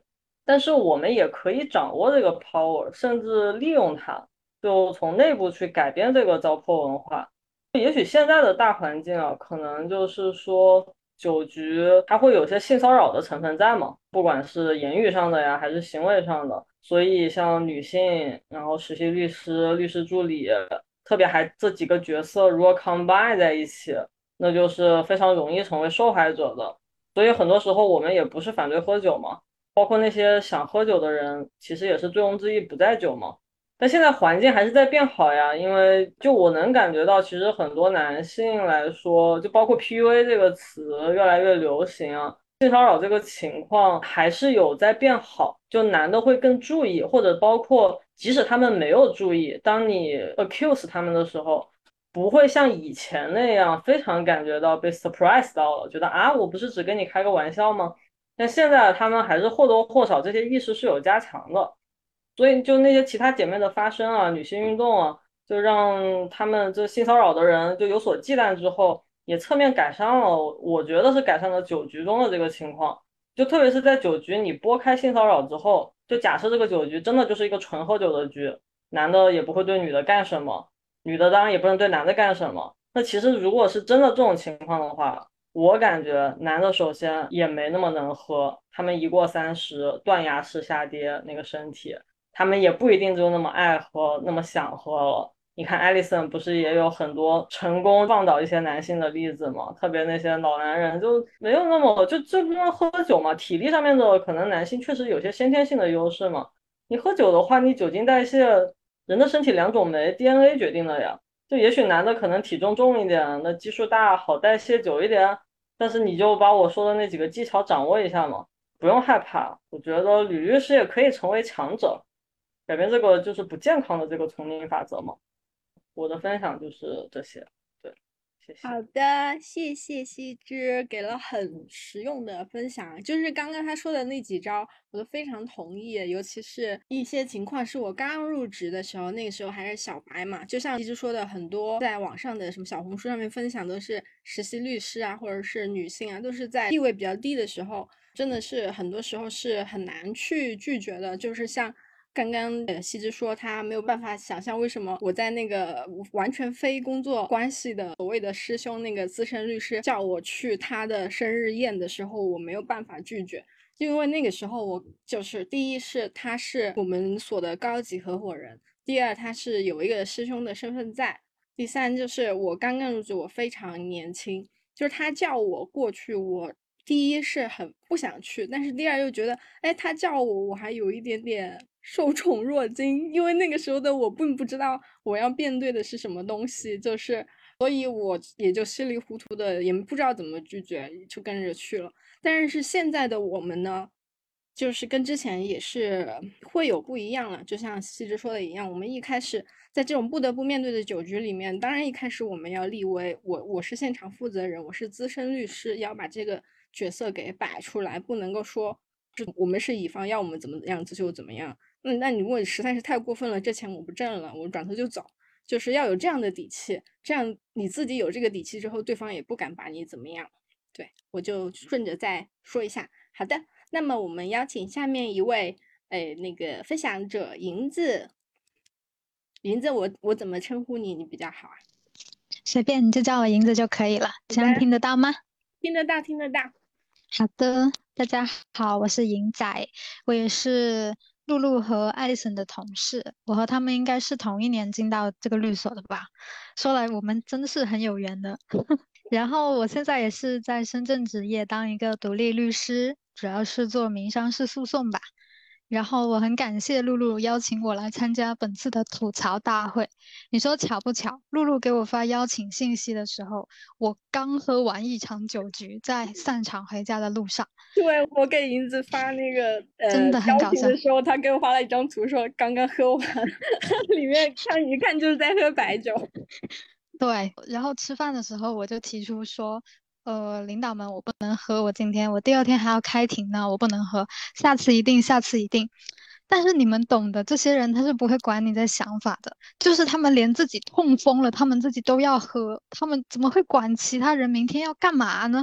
但是我们也可以掌握这个 power，甚至利用它，就从内部去改变这个糟粕文化。也许现在的大环境啊，可能就是说酒局它会有些性骚扰的成分在嘛，不管是言语上的呀，还是行为上的。所以像女性，然后实习律师、律师助理，特别还这几个角色如果 combine 在一起，那就是非常容易成为受害者的。所以很多时候我们也不是反对喝酒嘛，包括那些想喝酒的人，其实也是醉翁之意不在酒嘛。但现在环境还是在变好呀，因为就我能感觉到，其实很多男性来说，就包括 P U A 这个词越来越流行啊，性骚扰这个情况还是有在变好，就男的会更注意，或者包括即使他们没有注意，当你 accuse 他们的时候，不会像以前那样非常感觉到被 surprise 到了，觉得啊，我不是只跟你开个玩笑吗？但现在他们还是或多或少这些意识是有加强的。所以就那些其他姐妹的发声啊，女性运动啊，就让他们这性骚扰的人就有所忌惮之后，也侧面改善了，我觉得是改善了酒局中的这个情况。就特别是在酒局你拨开性骚扰之后，就假设这个酒局真的就是一个纯喝酒的局，男的也不会对女的干什么，女的当然也不能对男的干什么。那其实如果是真的这种情况的话，我感觉男的首先也没那么能喝，他们一过三十，断崖式下跌，那个身体。他们也不一定就那么爱喝，那么想喝了。你看艾丽森不是也有很多成功放倒一些男性的例子吗？特别那些老男人就没有那么就就不能喝酒嘛，体力上面的可能男性确实有些先天性的优势嘛。你喝酒的话，你酒精代谢，人的身体两种酶 D N A 决定的呀。就也许男的可能体重重一点，那基数大，好代谢久一点，但是你就把我说的那几个技巧掌握一下嘛，不用害怕。我觉得吕律师也可以成为强者。改变这个就是不健康的这个丛林法则嘛。我的分享就是这些，对，谢谢。 好的，谢谢西芝给了很实用的分享，就是刚刚他说的那几招，我都非常同意。尤其是一些情况是我刚入职的时候，那个时候还是小白嘛，就像西芝说的，很多在网上的什么小红书上面分享都是实习律师啊，或者是女性啊，都是在地位比较低的时候，真的是很多时候是很难去拒绝的，就是像。刚刚呃，西芝说他没有办法想象为什么我在那个完全非工作关系的所谓的师兄那个资深律师叫我去他的生日宴的时候，我没有办法拒绝，因为那个时候我就是第一是他是我们所的高级合伙人，第二他是有一个师兄的身份在，第三就是我刚刚入职，我非常年轻，就是他叫我过去，我第一是很不想去，但是第二又觉得，哎，他叫我，我还有一点点受宠若惊，因为那个时候的我并不知道我要面对的是什么东西，就是，所以我也就稀里糊涂的，也不知道怎么拒绝，就跟着去了。但是现在的我们呢，就是跟之前也是会有不一样了，就像西芝说的一样，我们一开始在这种不得不面对的酒局里面，当然一开始我们要立威，我我是现场负责人，我是资深律师，要把这个角色给摆出来，不能够说我们是乙方，要我们怎么样子就怎么样。那那你如果实在是太过分了，这钱我不挣了，我转头就走，就是要有这样的底气，这样你自己有这个底气之后，对方也不敢把你怎么样。对，我就顺着再说一下。好的，那么我们邀请下面一位，哎，那个分享者银子，银子我，我怎么称呼你，你比较好啊？ 随便，你就叫我银子就可以了。这样听得到吗？ 听得到，听得到。 好的，大家好，我是银仔，我也是露露和艾丽森的同事，我和他们应该是同一年进到这个律所的吧？说来我们真是很有缘的。然后我现在也是在深圳执业，当一个独立律师，主要是做民商事诉讼吧。然后我很感谢露露邀请我来参加本次的吐槽大会。你说巧不巧？露露给我发邀请信息的时候，我刚喝完一场酒局，在散场回家的路上。 对，我给银子发那个呃真的很搞笑的时候，他给我发了一张图，说刚刚喝完，里面看一看就是在喝白酒。 对，然后吃饭的时候我就提出说，呃，领导们，我不能喝，我今天我第二天还要开庭呢，我不能喝，下次一定，下次一定。但是你们懂的，这些人他是不会管你的想法的，就是他们连自己痛风了，他们自己都要喝，他们怎么会管其他人明天要干嘛呢？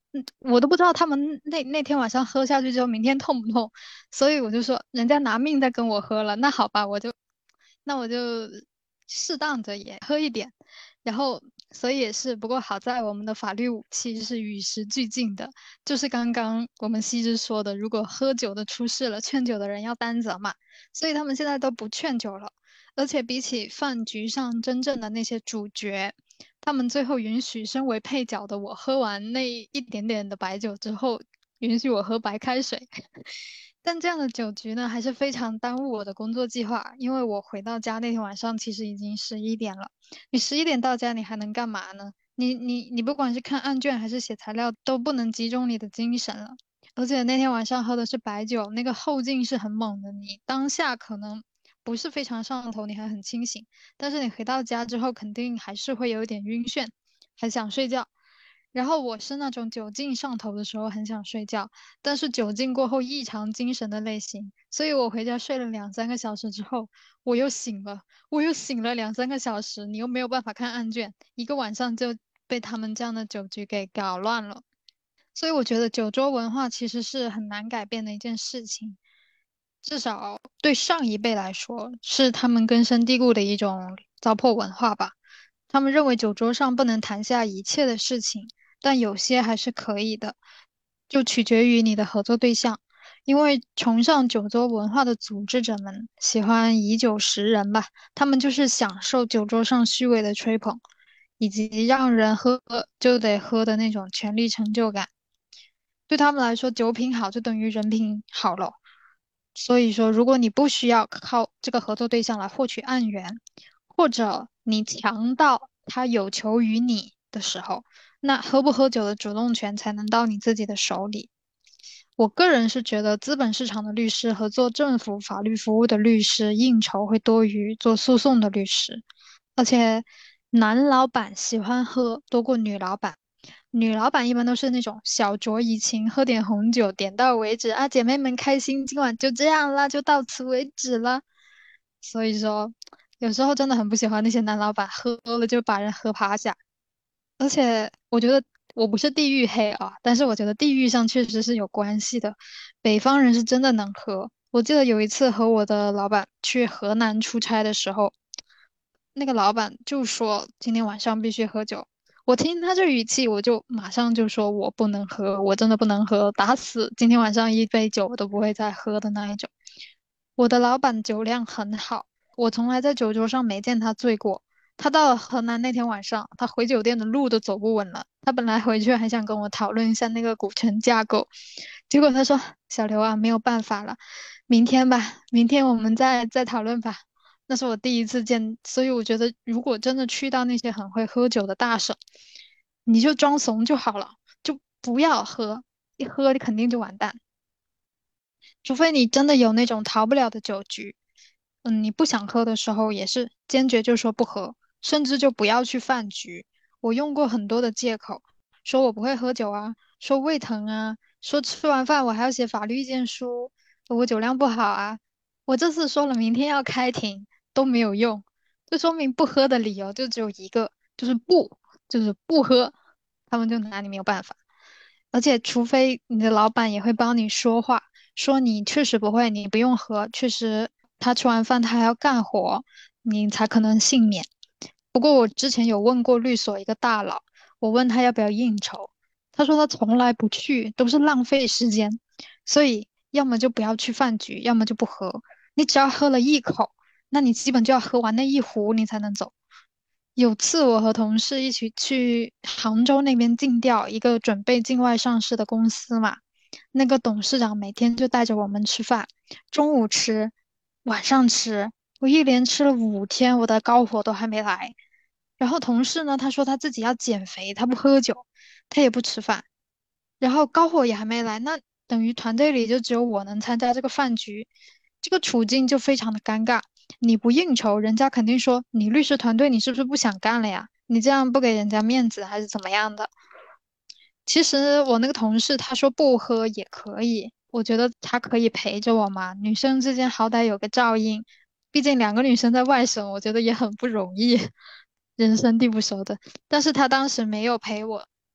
嗯，我都不知道他们那那天晚上喝下去之后明天痛不痛，所以我就说人家拿命在跟我喝了，那好吧，我就那我就适当的也喝一点，然后所以也是，不过好在我们的法律武器是与时俱进的，就是刚刚我们西芝说的，如果喝酒的出事了，劝酒的人要担责嘛，所以他们现在都不劝酒了，而且比起饭局上真正的那些主角。他们最后允许身为配角的我喝完那一点点的白酒之后，允许我喝白开水。但这样的酒局呢，还是非常耽误我的工作计划，因为我回到家那天晚上其实已经十一点了。你十一点到家，你还能干嘛呢？你你你不管是看案卷还是写材料，都不能集中你的精神了。而且那天晚上喝的是白酒，那个后劲是很猛的，你当下可能不是非常上头，你还很清醒。但是你回到家之后，肯定还是会有一点晕眩，还想睡觉。然后我是那种酒劲上头的时候很想睡觉，但是酒劲过后异常精神的类型，所以我回家睡了两三个小时之后，我又醒了，我又醒了两三个小时，你又没有办法看案卷，一个晚上就被他们这样的酒局给搞乱了。所以我觉得酒桌文化其实是很难改变的一件事情，至少对上一辈来说，是他们根深蒂固的一种糟粕文化吧。他们认为酒桌上不能谈下一切的事情，但有些还是可以的，就取决于你的合作对象。因为崇尚酒桌文化的组织者们喜欢以酒识人吧，他们就是享受酒桌上虚伪的吹捧，以及让人喝就得喝的那种权力成就感。对他们来说，酒品好就等于人品好了。所以说，如果你不需要靠这个合作对象来获取案源，或者你强到他有求于你的时候，那喝不喝酒的主动权才能到你自己的手里。我个人是觉得，资本市场的律师和做政府法律服务的律师应酬会多于做诉讼的律师，而且男老板喜欢喝多过女老板。女老板一般都是那种小酌怡情，喝点红酒，点到为止啊，姐妹们开心，今晚就这样啦，就到此为止了。所以说，有时候真的很不喜欢那些男老板喝了就把人喝趴下。而且我觉得我不是地域黑啊，但是我觉得地域上确实是有关系的。北方人是真的能喝。我记得有一次和我的老板去河南出差的时候，那个老板就说今天晚上必须喝酒。我听他这语气，我就马上就说我不能喝，我真的不能喝，打死今天晚上一杯酒我都不会再喝的那一种。我的老板酒量很好，我从来在酒桌上没见他醉过。他到了河南那天晚上，他回酒店的路都走不稳了。他本来回去还想跟我讨论一下那个股权架构，结果他说：“小刘啊，没有办法了，明天吧，明天我们再再讨论吧。”那是我第一次见，所以我觉得如果真的去到那些很会喝酒的大省，你就装怂就好了，就不要喝，一喝你肯定就完蛋。除非你真的有那种逃不了的酒局，嗯，你不想喝的时候也是坚决就说不喝，甚至就不要去饭局。我用过很多的借口，说我不会喝酒啊，说胃疼啊，说吃完饭我还要写法律意见书，我酒量不好啊。我这次说了明天要开庭都没有用，这说明不喝的理由就只有一个，就是不，就是不喝，他们就拿你没有办法。而且，除非你的老板也会帮你说话，说你确实不会，你不用喝，确实他吃完饭他还要干活，你才可能幸免。不过我之前有问过律所一个大佬，我问他要不要应酬，他说他从来不去，都是浪费时间。所以要么就不要去饭局，要么就不喝。你只要喝了一口，那你基本就要喝完那一壶，你才能走。有次我和同事一起去杭州那边尽调，一个准备境外上市的公司嘛。那个董事长每天就带着我们吃饭，中午吃，晚上吃。我一连吃了五天，我的高火都还没来。然后同事呢，他说他自己要减肥，他不喝酒，他也不吃饭，然后高火也还没来，那等于团队里就只有我能参加这个饭局，这个处境就非常的尴尬。你不应酬，人家肯定说你律师团队你是不是不想干了呀？你这样不给人家面子还是怎么样的？其实我那个同事他说不喝也可以，我觉得他可以陪着我嘛，女生之间好歹有个照应，毕竟两个女生在外省，我觉得也很不容易，人生地不熟的。但是他当时没有陪我，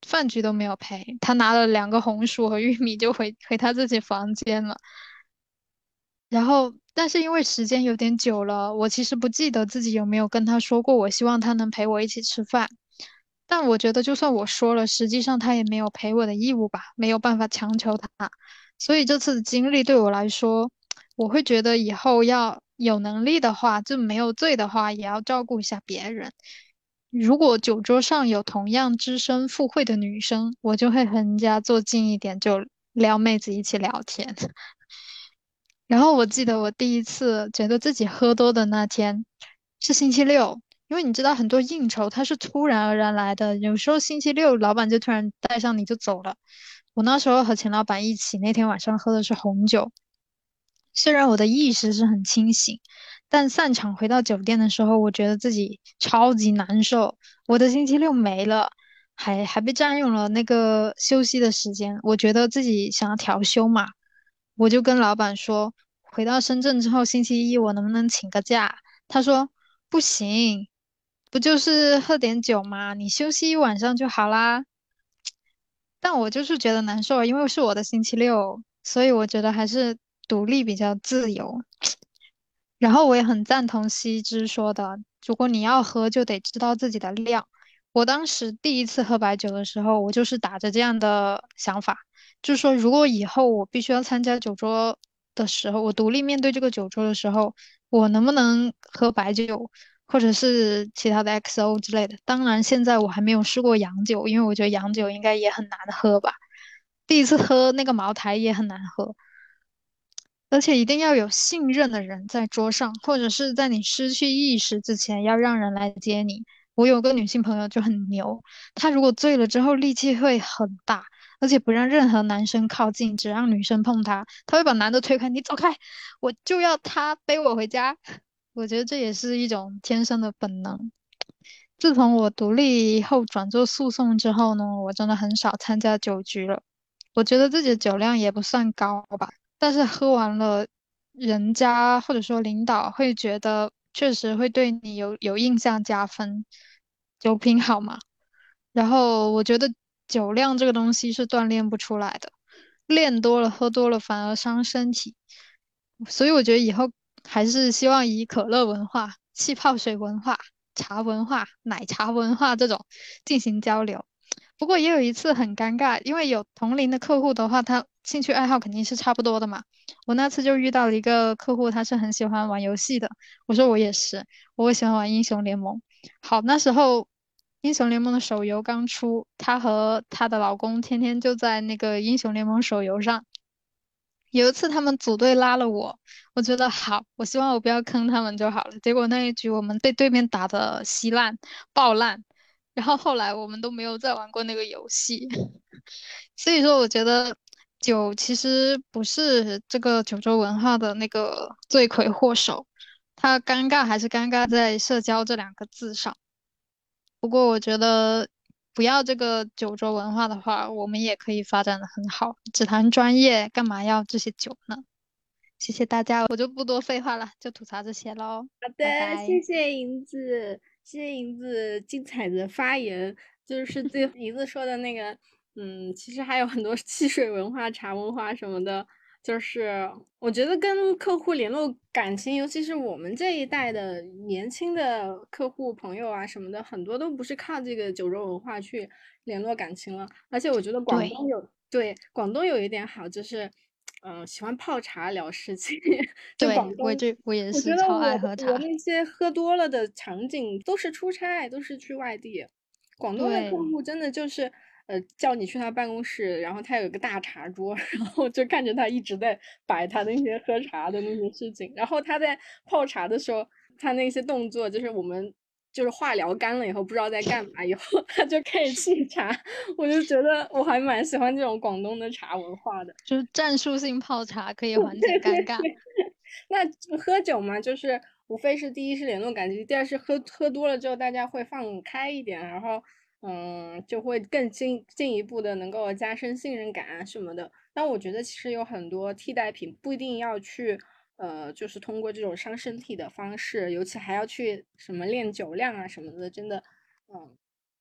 饭局都没有陪，他拿了两个红薯和玉米就回回他自己房间了。然后，但是因为时间有点久了，我其实不记得自己有没有跟他说过，我希望他能陪我一起吃饭。但我觉得，就算我说了，实际上他也没有陪我的义务吧，没有办法强求他。所以这次的经历对我来说，我会觉得以后要有能力的话，就没有罪的话，也要照顾一下别人。如果酒桌上有同样只身赴会的女生，我就会和人家坐近一点，就撩妹子一起聊天。然后我记得我第一次觉得自己喝多的那天是星期六，因为你知道很多应酬它是突然而然来的，有时候星期六老板就突然带上你就走了。我那时候和钱老板一起，那天晚上喝的是红酒，虽然我的意识是很清醒，但散场回到酒店的时候，我觉得自己超级难受，我的星期六没了，还还被占用了那个休息的时间，我觉得自己想要调休嘛。我就跟老板说，回到深圳之后，星期一我能不能请个假？他说不行，不就是喝点酒吗？你休息一晚上就好啦。但我就是觉得难受，因为是我的星期六，所以我觉得还是独立比较自由。然后我也很赞同西芝说的，如果你要喝，就得知道自己的量。我当时第一次喝白酒的时候，我就是打着这样的想法，就是说，如果以后我必须要参加酒桌的时候，我独立面对这个酒桌的时候，我能不能喝白酒，或者是其他的 X O 之类的？当然，现在我还没有试过洋酒，因为我觉得洋酒应该也很难喝吧。第一次喝那个茅台也很难喝。而且一定要有信任的人在桌上，或者是在你失去意识之前，要让人来接你。我有个女性朋友就很牛，她如果醉了之后力气会很大，而且不让任何男生靠近，只让女生碰她。她会把男的推开，你走开，我就要他背我回家。我觉得这也是一种天生的本能。自从我独立后转做诉讼之后呢，我真的很少参加酒局了。我觉得自己的酒量也不算高吧。但是喝完了，人家或者说领导会觉得确实会对你有有印象加分，酒品好嘛。然后我觉得酒量这个东西是锻炼不出来的，练多了喝多了反而伤身体。所以我觉得以后还是希望以可乐文化、气泡水文化、茶文化、奶茶文化这种进行交流。不过也有一次很尴尬，因为有同龄的客户的话，他兴趣爱好肯定是差不多的嘛。我那次就遇到了一个客户，他是很喜欢玩游戏的。我说我也是，我也喜欢玩英雄联盟。好，那时候英雄联盟的手游刚出，她和她的老公天天就在那个英雄联盟手游上。有一次他们组队拉了我，我觉得好，我希望我不要坑他们就好了。结果那一局我们被对面打得稀烂、爆烂，然后后来我们都没有再玩过那个游戏。所以说，我觉得酒其实不是这个九州文化的那个罪魁祸首，它尴尬还是尴尬在社交这两个字上。不过我觉得不要这个九州文化的话，我们也可以发展的很好。只谈专业，干嘛要这些酒呢？谢谢大家，我就不多废话了，就吐槽这些喽， 好的， 拜拜。 谢谢银子，谢谢银子精彩的发言。就是对银子说的那个，嗯，其实还有很多汽水文化、茶文化什么的。就是我觉得跟客户联络感情，尤其是我们这一代的年轻的客户朋友啊什么的，很多都不是靠这个酒肉文化去联络感情了。而且我觉得广对东有，对，广东有一点好，就是，嗯、喜欢泡茶聊事情。就对， 广东， 我这我也我觉是超得我爱喝茶。 我那些喝多了的场景都是出差，都是去外地。广东的客对， 户真的就是，呃，叫你去他办公室，然后他有个大茶桌，然后就看着他一直在摆他那些喝茶的那些事情，然后他在泡茶的时候，他那些动作就是我们就是话聊干了以后不知道在干嘛，以后他就开始沏茶，我就觉得我还蛮喜欢这种广东的茶文化的。 就是战术性泡茶可以缓解对对尴尬。 对，那喝酒嘛，就是无非是第一是联络感情，第二是喝喝多了之后大家会放开一点，然后嗯就会更进进一步的能够加深信任感啊什么的。但我觉得其实有很多替代品，不一定要去呃就是通过这种伤身体的方式，尤其还要去什么练酒量啊什么的，真的嗯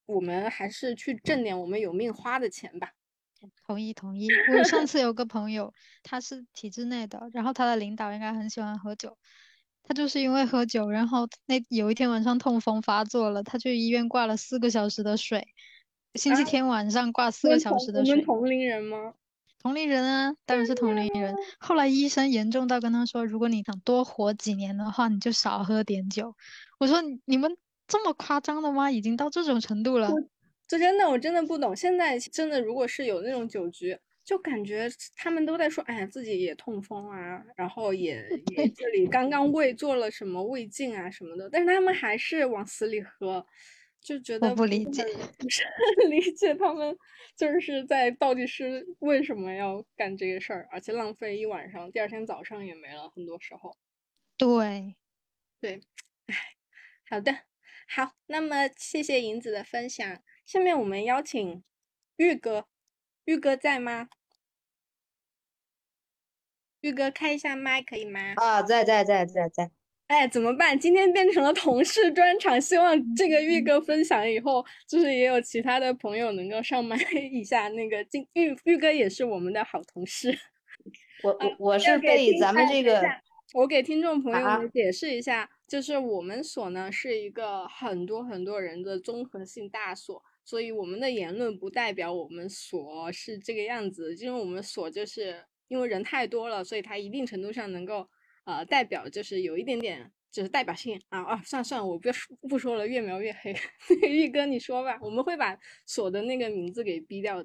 我们还是去挣点我们有命花的钱吧。 同意同意。我上次有个朋友，他是体制内的，然后他的领导应该很喜欢喝酒，他就是因为喝酒，然后那有一天晚上痛风发作了，他去医院挂了四个小时的水，星啊， 期天晚上挂四我个小们同我时的水。 们同龄人吗？ 同龄人啊，当然是同龄人。后来医生严重到跟他说，如果你想多活几年的话，你就少喝点酒。我说你你们这么夸张的吗？已经到这种程度了？ 这真的我真的不懂。现在真的如果是有那种酒局，就感觉他们都在说，哎呀自己也痛风啊，然后也也这里刚刚胃做了什么胃镜啊什么的，但是他们还是往死里喝，就觉我得不是不理解。 很不是很理解他们就是在到底是为什么要干这个事儿，而且浪费一晚上，第二天早上也没了，很多时候。 对， 对，唉，好的，好，那么谢谢银子的分享。下面我们邀请玉哥，玉哥在吗？玉哥开一下麦可以吗？ 啊，在在在在在。 哎，怎么办？今天变成了同事专场，希望这个玉哥分享以后，就是也有其他的朋友能够上麦一下。那个金玉玉哥也是我们的好同事。 我啊， 我我是要给听， 被咱们哎， 这个等一下，我给听众朋友们啊， 解释一下，就是我们所呢是一个很多很多人的综合性大所，所以我们的言论不代表我们所是这个样子，因为我们所就是因为人太多了，所以它一定程度上能够呃代表，就是有一点点就是代表性啊啊，算了算了，我不说不说了，越描越黑。玉哥你说吧，我们会把所的那个名字给逼掉的。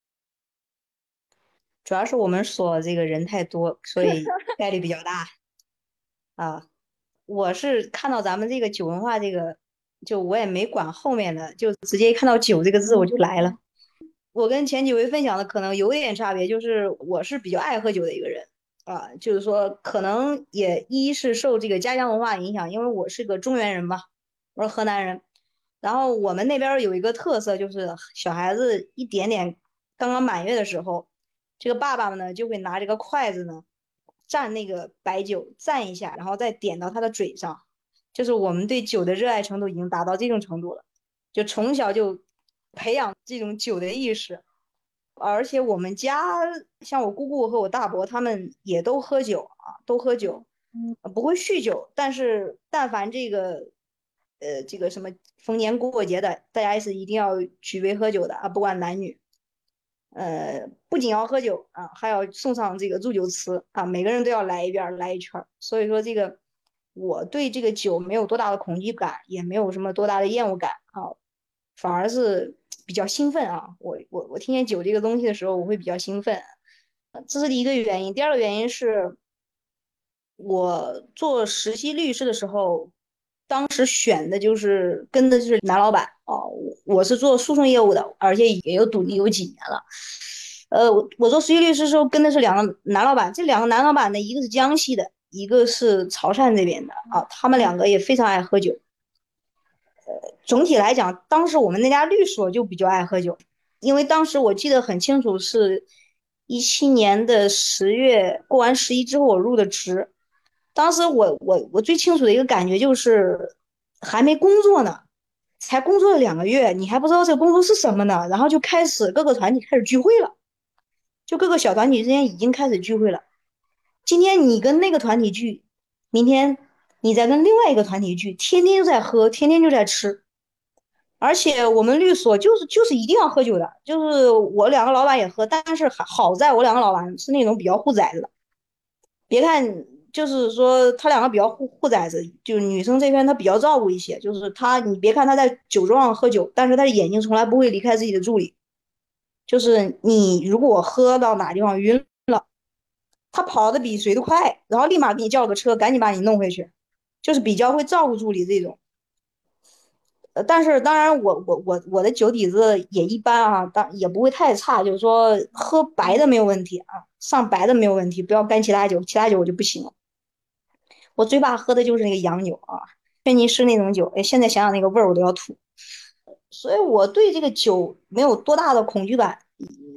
主要是我们所这个人太多，所以概率比较大啊。我是看到咱们这个酒文化这个，就我也没管后面的，就直接一看到酒这个字我就来了。我跟前几位分享的可能有一点差别，就是我是比较爱喝酒的一个人啊，就是说可能也一是受这个家乡文化影响，因为我是个中原人嘛，我是河南人，然后我们那边儿有一个特色，就是小孩子一点点刚刚满月的时候，这个爸爸们呢就会拿这个筷子呢蘸那个白酒蘸一下，然后再点到他的嘴上，就是我们对酒的热爱程度已经达到这种程度了，就从小就培养这种酒的意识。而且我们家像我姑姑和我大伯他们也都喝酒啊，都喝酒，呃不会酗酒，但是但凡这个呃这个什么逢年过节的，大家是一定要举杯喝酒的啊，不管男女。呃，不仅要喝酒啊，还要送上这个祝酒词啊，每个人都要来一遍来一圈。所以说这个我对这个酒没有多大的恐惧感，也没有什么多大的厌恶感啊，反而是比较兴奋啊。我我我听见酒这个东西的时候，我会比较兴奋，这是第一个原因。第二个原因是我做实习律师的时候，当时选的就是跟的是男老板啊，我我是做诉讼业务的，而且也有独立有几年了。呃，我我做实习律师的时候跟的是两个男老板，这两个男老板呢，一个是江西的，一个是潮汕这边的啊，他们两个也非常爱喝酒。总体来讲，当时我们那家律所就比较爱喝酒，因为当时我记得很清楚，是一七年的十月过完十一之后我入的职。当时我我我最清楚的一个感觉就是还没工作呢，才工作了两个月，你还不知道这个工作是什么呢，然后就开始各个团体开始聚会了，就各个小团体之间已经开始聚会了。今天你跟那个团体聚，明天你再跟另外一个团体聚，天天就在喝，天天就在吃。而且我们律所就是就是一定要喝酒的，就是我两个老板也喝，但是好在我两个老板是那种比较护崽子的。别看就是说他两个比较护护崽子，就女生这边他比较照顾一些，就是他你别看他在酒桌上喝酒，但是他的眼睛从来不会离开自己的助理。就是你如果喝到哪地方晕了，他跑的比谁都快，然后立马给你叫个车，赶紧把你弄回去，就是比较会照顾助理这种。呃，但是当然我我我我的酒底子也一般啊，当也不会太差，就是说喝白的没有问题啊，上白的没有问题，不要干其他酒，其他酒我就不行了。我最怕喝的就是那个洋酒啊，轩尼诗那种酒，哎，现在想想那个味儿我都要吐。所以我对这个酒没有多大的恐惧感，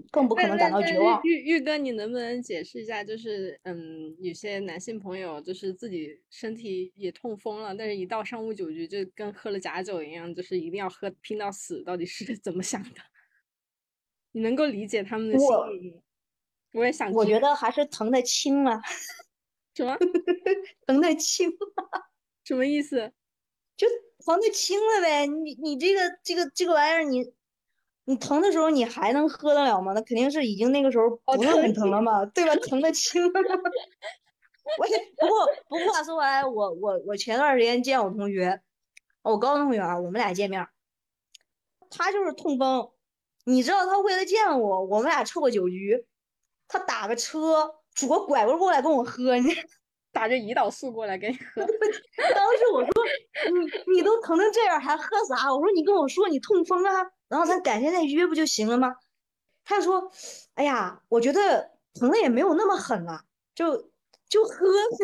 更不可那那能感到那绝望。 玉玉玉哥，你能不能解释一下？就是嗯，有些男性朋友就是自己身体也痛风了，但是一到上午酒局就跟喝了假酒一样，就是一定要喝拼到死，到底是怎么想的？你能够理解他们的心我理吗？我也想知道我觉得还是疼得轻啊， 什么疼得轻， 什么意思？ 就疼得轻了呗。你你这个这个这个玩意儿，你你疼的时候你还能喝得了吗？那肯定是已经那个时候哦， 不是疼很疼了嘛，对吧？疼得轻。我也不过不过话说回来，我我我前段时间见我同学，我高中同学啊，我们俩见面，他就是痛风，你知道他为了见我，我们俩凑个酒局，他打个车拄个拐棍过来跟我喝，你打着胰岛素过来给你喝， 当时我说你你都疼成这样还喝啥？我说你跟我说你痛风啊，然后咱改天再约不就行了吗？他就说，哎呀，我觉得疼的也没有那么狠了，就就喝，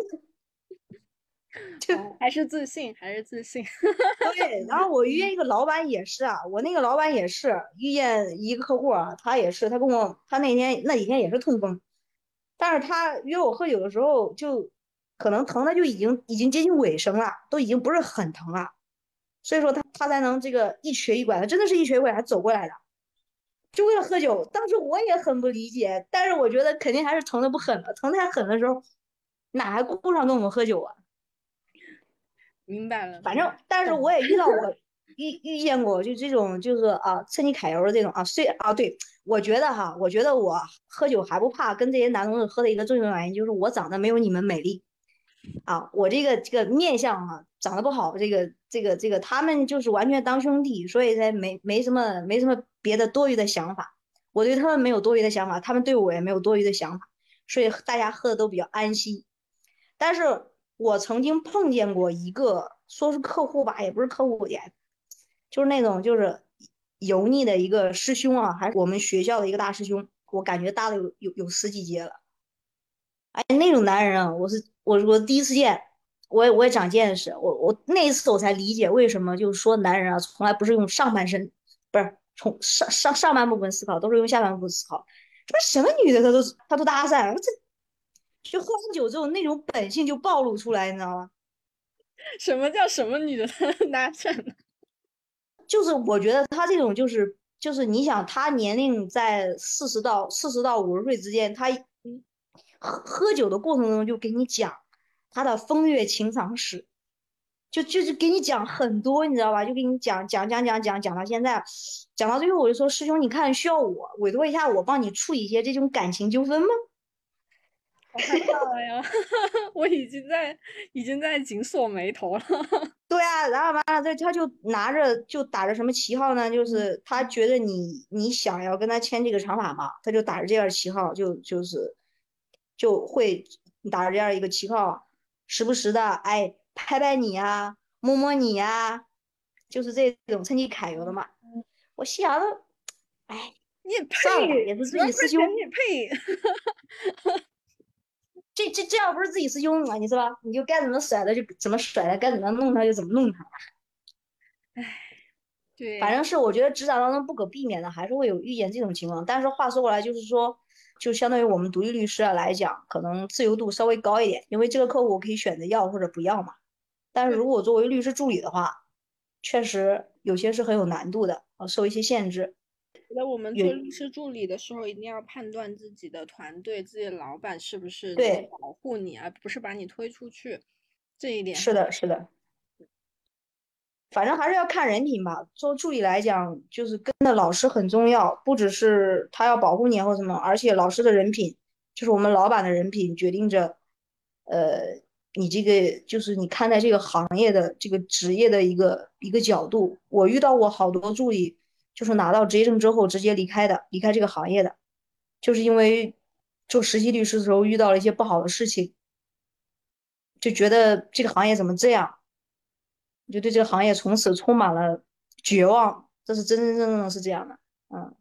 就哦还是自信，还是自信。 对。然后我遇见一个老板也是啊，我那个老板也是遇见一个客户啊，他也是，他跟我他那天那几天也是痛风，但是他约我喝酒的时候就可能疼的就已经已经接近尾声了，都已经不是很疼了。所以说他他才能这个一瘸一拐的，真的是一瘸一拐还走过来的，就为了喝酒。当时我也很不理解，但是我觉得肯定还是疼的不狠了，疼太狠的时候哪还顾上跟我们喝酒啊？ 明白了， 反正， 明白但是懂我也遇到过遇遇见过就这种就是啊趁机揩油的这种啊，虽啊对，我觉得哈，我觉得我喝酒还不怕跟这些男同志喝的一个重要原因就是我长得没有你们美丽。啊，我这个这个面相啊，长得不好，这个这个这个，他们就是完全当兄弟，所以才没没什么没什么别的多余的想法。我对他们没有多余的想法，他们对我也没有多余的想法，所以大家喝的都比较安心。但是我曾经碰见过一个说是客户吧，也不是客户也，就是那种就是油腻的一个师兄啊，还是我们学校的一个大师兄，我感觉大了有有有十几届了。哎，那种男人啊，我是我我第一次见，我也我也长见识，我我那一次我才理解为什么就是说男人啊，从来不是用上半身，不是从上上上半部分思考，都是用下半部分思考。这不什么女的他都他都搭讪，这就喝完酒之后那种本性就暴露出来，你知道吗？ 什么叫什么女的搭讪呢？ 就是我觉得他这种就是就是你想他年龄在四十到四十到五十岁之间，他喝喝酒的过程中就给你讲他的风月情长史，就就是给你讲很多，你知道吧？就给你讲讲讲讲讲讲到现在，讲到最后我就说师兄，你看需要我委托一下我帮你处理一些这种感情纠纷吗？ 好害怕了呀！我已经在已经在紧锁眉头了。 对啊，然后完了，这他就拿着就打着什么旗号呢？就是他觉得你你想要跟他签这个长法嘛，他就打着这样旗号，就就是就会打着这样一个旗号，时不时的哎拍拍你呀、摸摸你呀、就是这种趁机揩油的嘛。我心想着，哎， 你也算了吧， 配？ 也是几万自己师兄， 块钱你也配？ 这这这要不是自己师兄啊，你是吧？你就该怎么甩的就怎么甩的，该怎么弄他就怎么弄他。 唉，对反正是我觉得职场当中不可避免的，还是会有遇见这种情况。但是话说过来，就是说，就相对于我们独立律师啊来讲，可能自由度稍微高一点，因为这个客户我可以选择要或者不要嘛。但是对， 如果作为律师助理的话，确实有些是很有难度的，啊，受一些限制。 觉得我们做也律师助理的时候，一定要判断自己的团队、自己的老板是不是能对， 保护你，而不是把你推出去。这一点很是的，是的。反正还是要看人品吧。做助理来讲，就是跟的老师很重要，不只是他要保护你或什么，而且老师的人品，就是我们老板的人品，决定着，呃，你这个就是你看待这个行业的这个职业的一个一个角度。我遇到过好多助理，就是拿到职业证之后直接离开的，离开这个行业的，就是因为做实习律师的时候遇到了一些不好的事情，就觉得这个行业怎么这样。就对这个行业从此充满了绝望，这是真真正正的是这样的。嗯，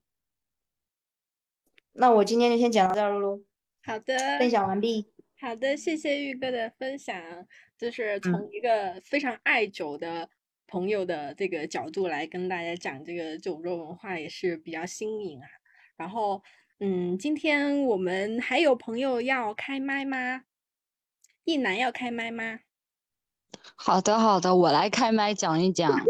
那我今天就先讲到这儿喽， 好的。 分享完毕。 好的，谢谢玉哥的分享，就是从嗯一个非常爱酒的朋友的这个角度来跟大家讲这个酒桌文化，也是比较新颖啊。然后， 嗯，今天我们还有朋友要开麦吗？一楠要开麦吗？ 好的，好的，我来开麦讲一讲。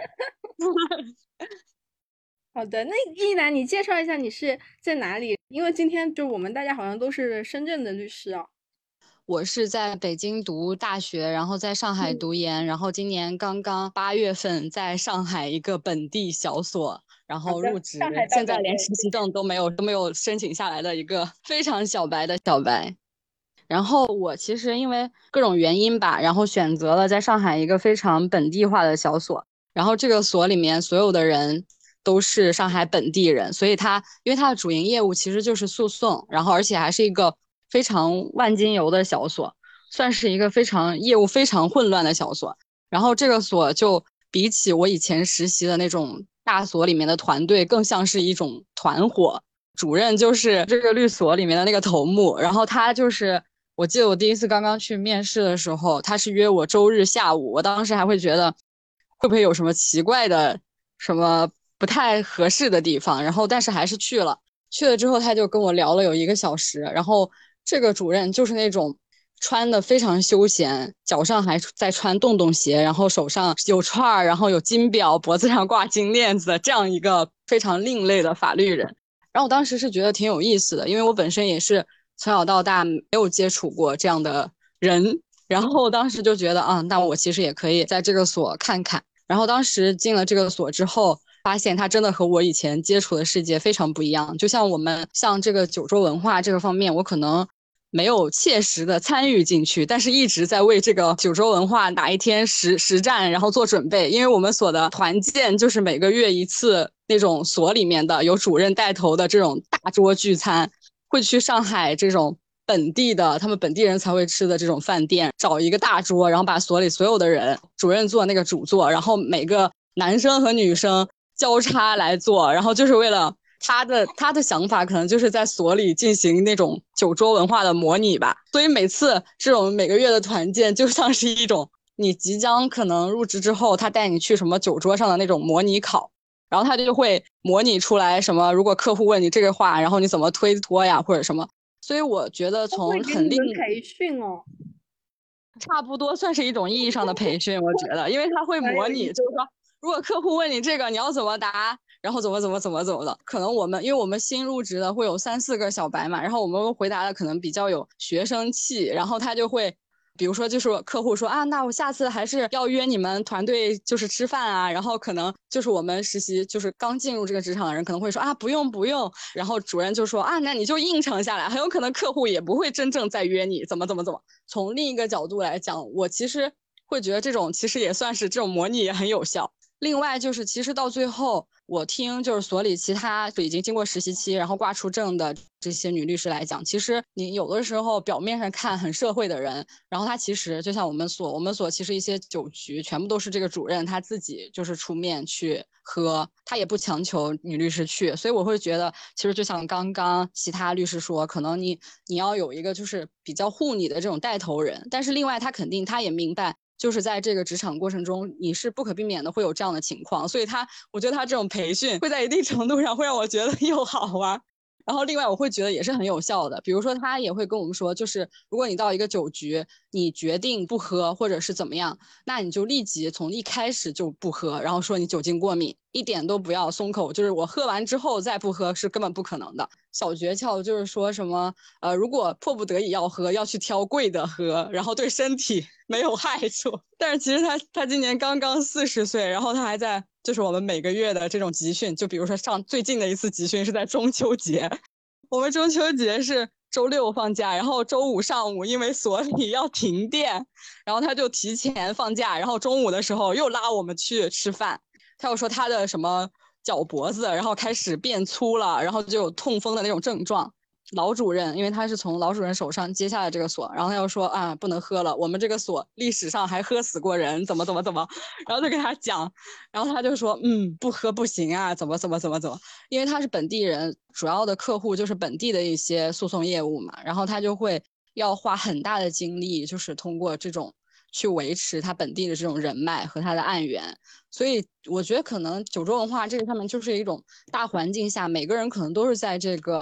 好的，那一楠，你介绍一下你是在哪里？因为今天就我们大家好像都是深圳的律师哦。 我是在北京读大学，然后在上海嗯读研，然后今年刚刚八月份在上海一个本地小所，然好的， 后入职， 上海到现在本位。 连实习证都没有都没有申请下来的一个非常小白的小白。然后我其实因为各种原因吧，然后选择了在上海一个非常本地化的小所，然后这个所里面所有的人都是上海本地人，所以它因为它的主营业务其实就是诉讼，然后而且还是一个非常万金油的小所，算是一个非常业务非常混乱的小所。然后这个所就比起我以前实习的那种大所里面的团队，更像是一种团伙。主任就是这个律所里面的那个头目，然后他就是我记得我第一次刚刚去面试的时候，他是约我周日下午，我当时还会觉得会不会有什么奇怪的、什么不太合适的地方，然后但是还是去了。去了之后，他就跟我聊了有一个小时，然后这个主任就是那种穿的非常休闲，脚上还在穿洞洞鞋，然后手上有串儿，然后有金表，脖子上挂金链子，这样一个非常另类的法律人。然后我当时是觉得挺有意思的，因为我本身也是从小到大没有接触过这样的人，然后当时就觉得啊，那我其实也可以在这个所看看。然后当时进了这个所之后，发现它真的和我以前接触的世界非常不一样。就像我们像这个九州文化这个方面，我可能没有切实的参与进去，但是一直在为这个九州文化哪一天实实战然后做准备。因为我们所的团建就是每个月一次那种所里面的有主任带头的这种大桌聚餐，会去上海这种本地的他们本地人才会吃的这种饭店，找一个大桌，然后把所里所有的人，主任坐那个主座，然后每个男生和女生交叉来做，然后就是为了他的他的想法可能就是在所里进行那种九州文化的模拟吧。所以每次这种每个月的团建就像是一种你即将可能入职之后，他带你去什么酒桌上的那种模拟考，然后他就会模拟出来什么，如果客户问你这个话，然后你怎么推脱呀，或者什么。所以我觉得从很另培训哦， 差不多算是一种意义上的培训，我觉得，因为他会模拟，就是说，如果客户问你这个，你要怎么答，然后怎么怎么怎么怎么的。可能我们因为我们新入职的会有三四个小白嘛，然后我们回答的可能比较有学生气，然后他就会。比如说，就是客户说啊，那我下次还是要约你们团队就是吃饭啊，然后可能就是我们实习就是刚进入这个职场的人可能会说啊，不用不用，然后主任就说啊，那你就应承下来，很有可能客户也不会真正再约你，怎么怎么怎么。从另一个角度来讲，我其实会觉得这种其实也算是这种模拟也很有效。另外就是其实到最后，我听就是所里其他已经经过实习期然后挂出证的这些女律师来讲，其实你有的时候表面上看很社会的人，然后他其实就像我们所我们所其实一些酒局全部都是这个主任他自己就是出面去喝，他也不强求女律师去。所以我会觉得其实就像刚刚其他律师说，可能你你要有一个就是比较护你的这种带头人，但是另外他肯定他也明白就是在这个职场过程中你是不可避免的会有这样的情况，所以他我觉得他这种培训会在一定程度上会让我觉得又好玩，然后另外我会觉得也是很有效的。比如说他也会跟我们说，就是如果你到一个酒局你决定不喝或者是怎么样，那你就立即从一开始就不喝，然后说你酒精过敏，一点都不要松口，就是我喝完之后再不喝是根本不可能的。小诀窍就是说什么呃，如果迫不得已要喝，要去挑贵的喝，然后对身体没有害处。但是其实他他今年刚刚四十岁，然后他还在就是我们每个月的这种集训，就比如说上最近的一次集训是在中秋节，我们中秋节是周六放假，然后周五上午因为所里要停电，然后他就提前放假，然后中午的时候又拉我们去吃饭。他又说他的什么脚脖子然后开始变粗了，然后就有痛风的那种症状。老主任因为他是从老主任手上接下来这个所，然后他又说啊不能喝了，我们这个所历史上还喝死过人，怎么怎么怎么，然后就跟他讲，然后他就说嗯不喝不行啊，怎么怎么怎么怎么，因为他是本地人，主要的客户就是本地的一些诉讼业务嘛，然后他就会要花很大的精力，就是通过这种去维持他本地的这种人脉和他的案源。所以我觉得可能九州文化这个上面就是一种大环境下，每个人可能都是在这个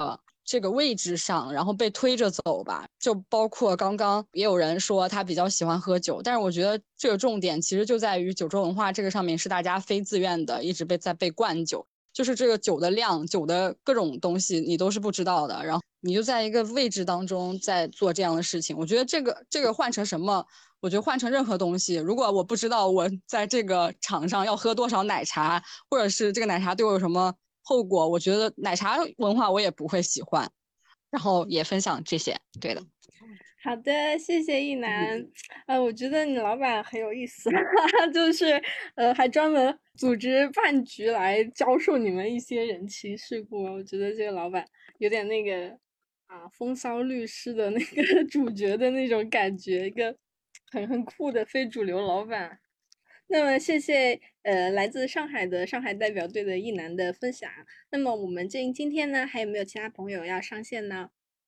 这个位置上，然后被推着走吧。就包括刚刚也有人说他比较喜欢喝酒，但是我觉得这个重点其实就在于酒桌文化这个上面是大家非自愿的，一直被在被灌酒，就是这个酒的量、酒的各种东西你都是不知道的，然后你就在一个位置当中在做这样的事情。我觉得这个这个换成什么？我觉得换成任何东西，如果我不知道我在这个场上要喝多少奶茶，或者是这个奶茶对我有什么后果，我觉得奶茶文化我也不会喜欢。然后也分享这些，对的。 好的，谢谢一楠。呃，我觉得你老板很有意思，就是呃，还专门组织饭局来教授你们一些人情世故。我觉得这个老板有点那个啊，风骚律师的那个主角的那种感觉，一个很很酷的非主流老板。那么谢谢呃来自上海的上海代表队的一楠的分享。那么我们这今天呢，还有没有其他朋友要上线呢？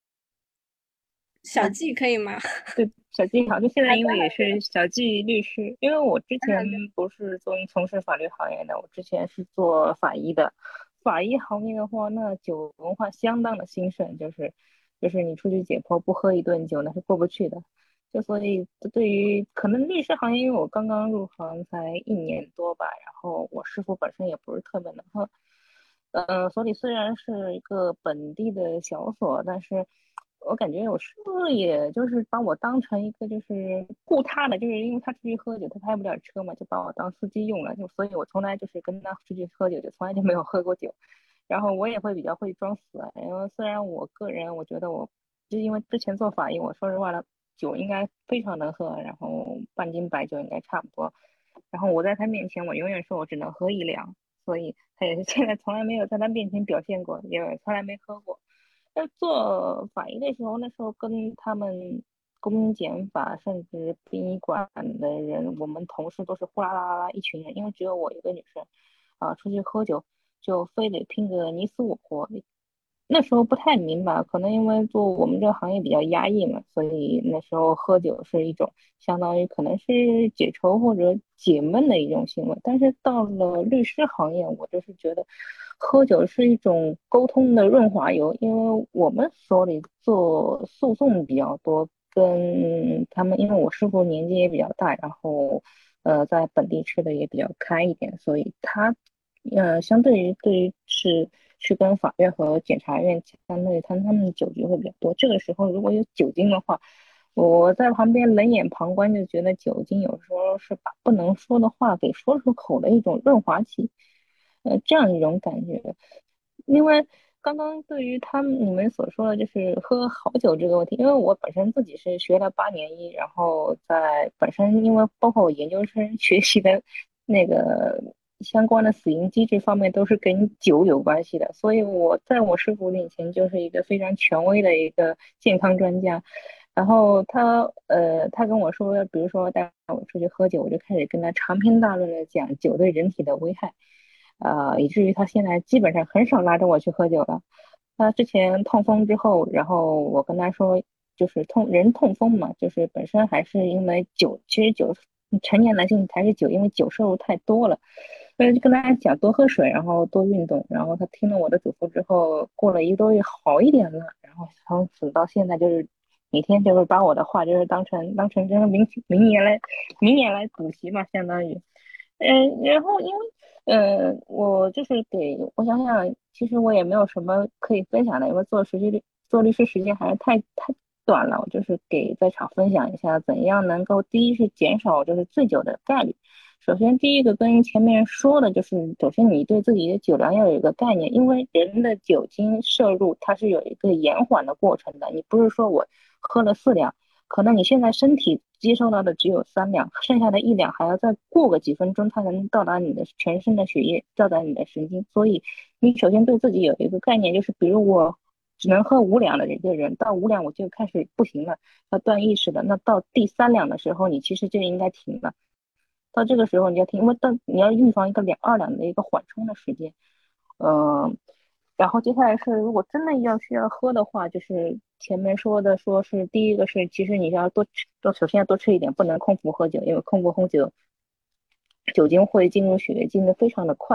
小季可以吗？ 对，小季好，就现在因为也是小季律师，因为我之前不是做从事法律行业的，我之前是做法医的。法医行业的话，那酒文化相当的兴盛，就是就是你出去解剖不喝一顿酒那是过不去的。就所以对于可能律师行业，因为我刚刚入行才一年多吧，然后我师傅本身也不是特别能喝，呃，所以虽然是一个本地的小所，但是我感觉我师傅也就是把我当成一个就是雇他的，就是因为他出去喝酒，他开不了车嘛，就把我当司机用了，就所以我从来就是跟他出去喝酒，就从来就没有喝过酒。然后我也会比较会装死啊，因为虽然我个人我觉得我就因为之前做法医，我说实话了，酒应该非常能喝，然后半斤白酒应该差不多。然后我在他面前，我永远说我只能喝一两，所以他也是现在从来没有在他面前表现过，也从来没喝过。在做法医的时候，那时候跟他们公检法甚至殡仪馆的人，我们同事都是呼啦啦啦一群人，因为只有我一个女生，啊，出去喝酒就非得拼个你死我活。那时候不太明白，可能因为做我们这个行业比较压抑嘛，所以那时候喝酒是一种相当于可能是解愁或者解闷的一种行为。但是到了律师行业，我就是觉得喝酒是一种沟通的润滑油，因为我们手里做诉讼比较多，跟他们，因为我师傅年纪也比较大，然后呃在本地吃的也比较开一点，所以他呃相对于对于是。去跟法院和检察院相对谈，他们酒局会比较多。这个时候如果有酒精的话，我在旁边冷眼旁观，就觉得酒精有时候是把不能说的话给说出口的一种润滑剂，呃，这样一种感觉。另外，刚刚对于他们你们所说的就是喝好酒这个问题，因为我本身自己是学了八年医，然后在本身因为包括我研究生学习的那个相关的死因机制方面都是跟酒有关系的，所以我在我师傅面前就是一个非常权威的一个健康专家。然后他呃，他跟我说，比如说带我出去喝酒，我就开始跟他长篇大论的讲酒对人体的危害，呃，以至于他现在基本上很少拉着我去喝酒了。他之前痛风之后，然后我跟他说，就是痛人痛风嘛，就是本身还是因为酒，其实酒成年男性还是酒，因为酒摄入太多了。所以就跟大家讲多喝水，然后多运动。然后他听了我的嘱咐之后，过了一个多月好一点了。然后从此到现在，就是每天就是把我的话就是当成当成这个名名言来名言来补习嘛，相当于。嗯，然后因为呃，我就是给我想想，其实我也没有什么可以分享的，因为做实习律做律师时间还是太太短了。我就是给在场分享一下，怎样能够第一是减少就是醉酒的概率。首先，第一个跟前面说的就是，首先你对自己的酒量要有一个概念，因为人的酒精摄入它是有一个延缓的过程的。你不是说我喝了四两，可能你现在身体接受到的只有三两，剩下的一两还要再过个几分钟，它才能到达你的全身的血液，到达你的神经。所以你首先对自己有一个概念，就是比如我只能喝五两的一个人，到五两我就开始不行了，要断意识了。那到第三两的时候，你其实就应该停了。到这个时候你要停，因为到你要预防一个两二两的一个缓冲的时间，嗯、呃，然后接下来是如果真的要需要喝的话，就是前面说的，说是第一个是其实你要多吃，多首先要多吃一点，不能空腹喝酒，因为空腹喝酒酒精会进入血液进的非常的快，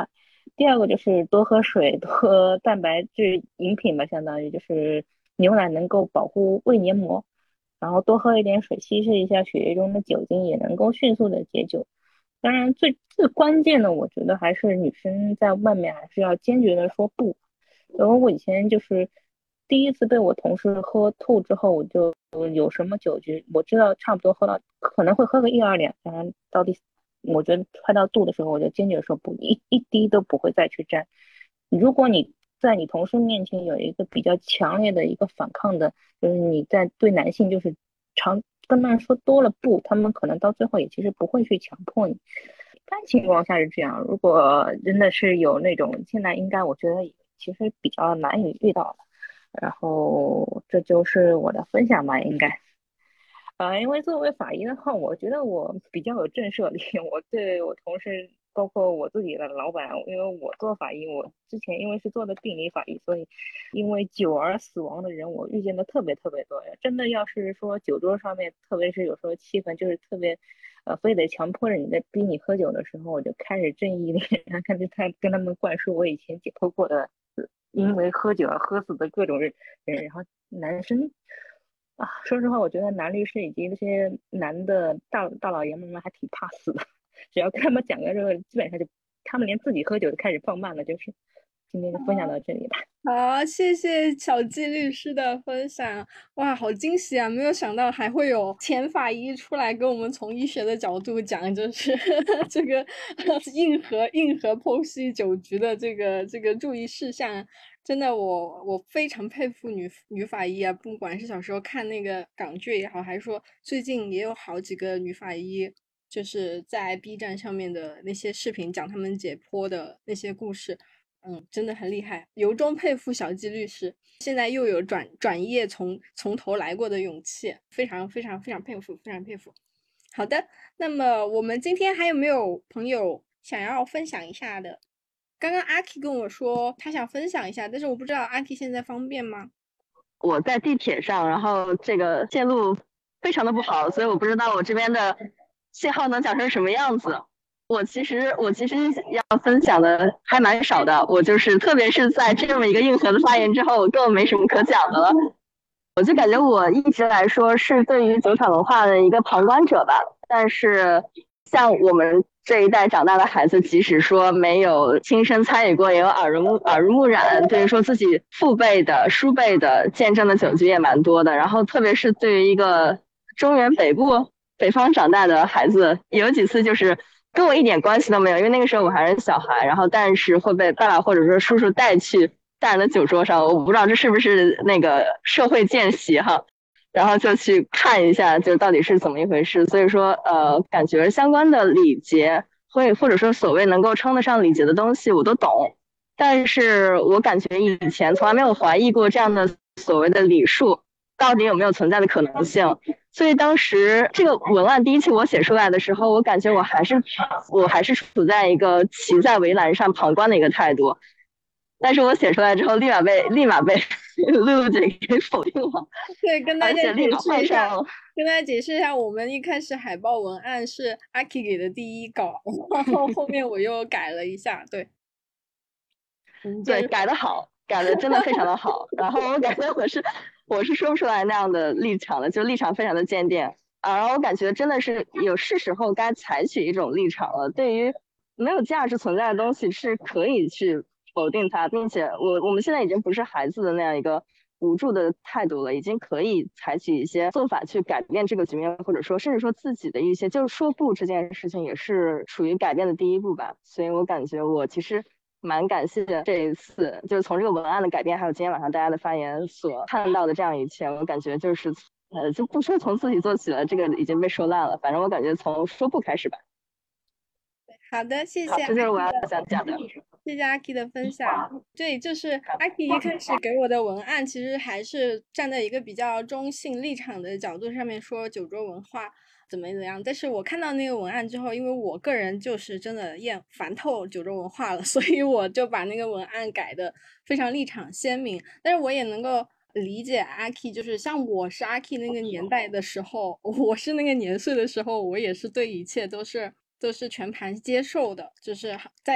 第二个就是多喝水，多喝蛋白质饮品吧，相当于就是牛奶能够保护胃黏膜，然后多喝一点水，稀释一下血液中的酒精，也能够迅速的解酒。当然最最关键的，我觉得还是女生在外面还是要坚决的说不。然后我以前就是第一次被我同事喝吐之后，我就有什么酒局，我知道差不多喝到可能会喝个一二两，然后到第我觉得快到肚的时候，我就坚决说不，一一滴都不会再去沾。如果你在你同事面前有一个比较强烈的一个反抗的，就是你在对男性就是常跟他们说多了不，他们可能到最后也其实不会去强迫你。一般情况下是这样，如果真的是有那种，现在应该我觉得其实比较难以遇到的。然后这就是我的分享吧，应该。呃，因为作为法医的话，我觉得我比较有震慑力。我对我同事，包括我自己的老板，因为我做法医，我之前因为是做的病理法医，所以因为酒而死亡的人，我遇见的特别特别多。真的要是说酒桌上面，特别是有时候气氛就是特别，呃，非得强迫着你在逼你喝酒的时候，我就开始正义凛然，看着他跟他们灌输我以前解剖过的，因为喝酒而喝死的各种人。然后男生。啊，说实话，我觉得男律师以及那些男的大大老爷们们还挺怕死的，只要跟他们讲个这个，基本上就他们连自己喝酒都开始放慢了。就是今天就分享到这里吧。 好，谢谢小纪律师的分享，哇，好惊喜啊！没有想到还会有前法医出来跟我们从医学的角度讲，就是这个硬核硬核剖析酒局的这个这个注意事项。真的我，我非常佩服女女法医啊！不管是小时候看那个港剧也好，还是说最近也有好几个女法医，就是在 B 站上面的那些视频讲他们解剖的那些故事，嗯，真的很厉害，由衷佩服小纪律师。现在又有转转业从从头来过的勇气，非常非常非常佩服，非常佩服。好的，那么我们今天还有没有朋友想要分享一下的？刚刚阿 K 跟我说他想分享一下，但是我不知道阿 K 现在方便吗？ 我在地铁上，然后这个线路非常的不好，所以我不知道我这边的信号能讲成什么样子。我其实我其实要分享的还蛮少的，我就是特别是在这么一个硬核的发言之后，我根本没什么可讲的了。我就感觉我一直来说是对于酒厂文化的一个旁观者吧，但是像我们这一代长大的孩子，即使说没有亲身参与过，也有耳濡目耳濡目染，对于说自己父辈的、叔辈的见证的酒局也蛮多的。然后特别是对于一个中原北部北方长大的孩子，有几次就是跟我一点关系都没有，因为那个时候我还是小孩，然后但是会被爸爸或者说叔叔带去大人的酒桌上，我不知道这是不是那个社会见习哈。然后就去看一下，就到底是怎么一回事。所以说，呃，感觉相关的礼节，或或者说所谓能够称得上礼节的东西，我都懂。但是我感觉以前从来没有怀疑过这样的所谓的礼数到底有没有存在的可能性。所以当时这个文案第一期我写出来的时候，我感觉我还是我还是处在一个骑在围栏上旁观的一个态度。但是我写出来之后，立马被立马被露露姐给否定了。 对，跟大家解立马释一下， 上跟大家解释一下，我们一开始海报文案是阿 K 给的第一稿，然后后面我又改了一下，对， 对，改的好，改的真的非常的好。然后我感觉我是我是说不出来那样的立场的，就立场非常的坚定啊。然后我感觉真的是有是时候该采取一种立场了。对于没有价值存在的东西，是可以去否定它，并且我我们现在已经不是孩子的那样一个无助的态度了，已经可以采取一些做法去改变这个局面，或者说甚至说自己的一些，就是说不这件事情也是属于改变的第一步吧。所以我感觉我其实蛮感谢这一次，就是从这个文案的改变，还有今天晚上大家的发言所看到的这样一切，我感觉就是呃，就不说从自己做起了，这个已经被说烂了，反正我感觉从说不开始吧。 好的，谢谢。 好，这就是我要想讲的。 谢谢阿 K 的分享。对，就是阿 K 一开始给我的文案，其实还是站在一个比较中性立场的角度上面说酒桌文化怎么怎么样。但是我看到那个文案之后，因为我个人就是真的厌烦透酒桌文化了，所以我就把那个文案改的非常立场鲜明。但是我也能够理解阿 K， 就是像我是阿 K 那个年代的时候，我是那个年岁的时候，我也是对一切都是都是全盘接受的，就是在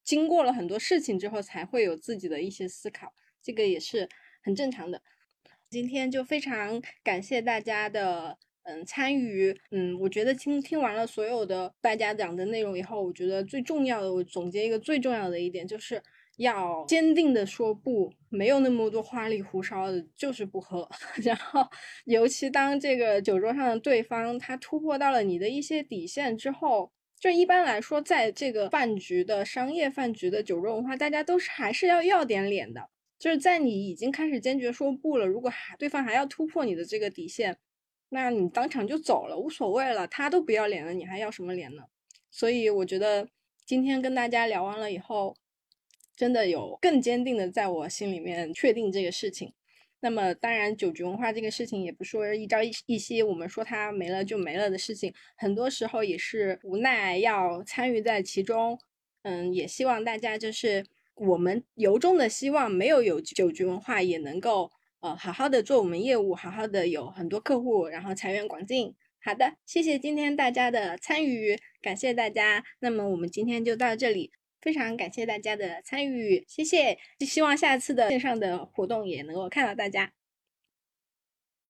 经过了很多事情之后才会有自己的一些思考，这个也是很正常的。今天就非常感谢大家的嗯参与，嗯，我觉得听听完了所有的大家讲的内容以后，我觉得最重要的，我总结一个最重要的一点，就是要坚定的说不，没有那么多花里胡哨的，就是不喝。然后，尤其当这个酒桌上的对方他突破到了你的一些底线之后，就一般来说，在这个饭局的商业饭局的酒桌文化，大家都是还是要要点脸的。就是在你已经开始坚决说不了，如果还对方还要突破你的这个底线，那你当场就走了，无所谓了，他都不要脸了，你还要什么脸呢？所以我觉得今天跟大家聊完了以后，真的有更坚定的在我心里面确定这个事情。那么当然酒局文化这个事情也不是说一朝一夕我们说它没了就没了的事情，很多时候也是无奈要参与在其中。嗯，也希望大家就是我们由衷的希望没有有酒局文化也能够呃好好的做我们业务，好好的有很多客户，然后财源广进。好的，谢谢今天大家的参与，感谢大家。那么我们今天就到这里，非常感谢大家的参与，谢谢。希望下次的线上的活动也能够看到大家。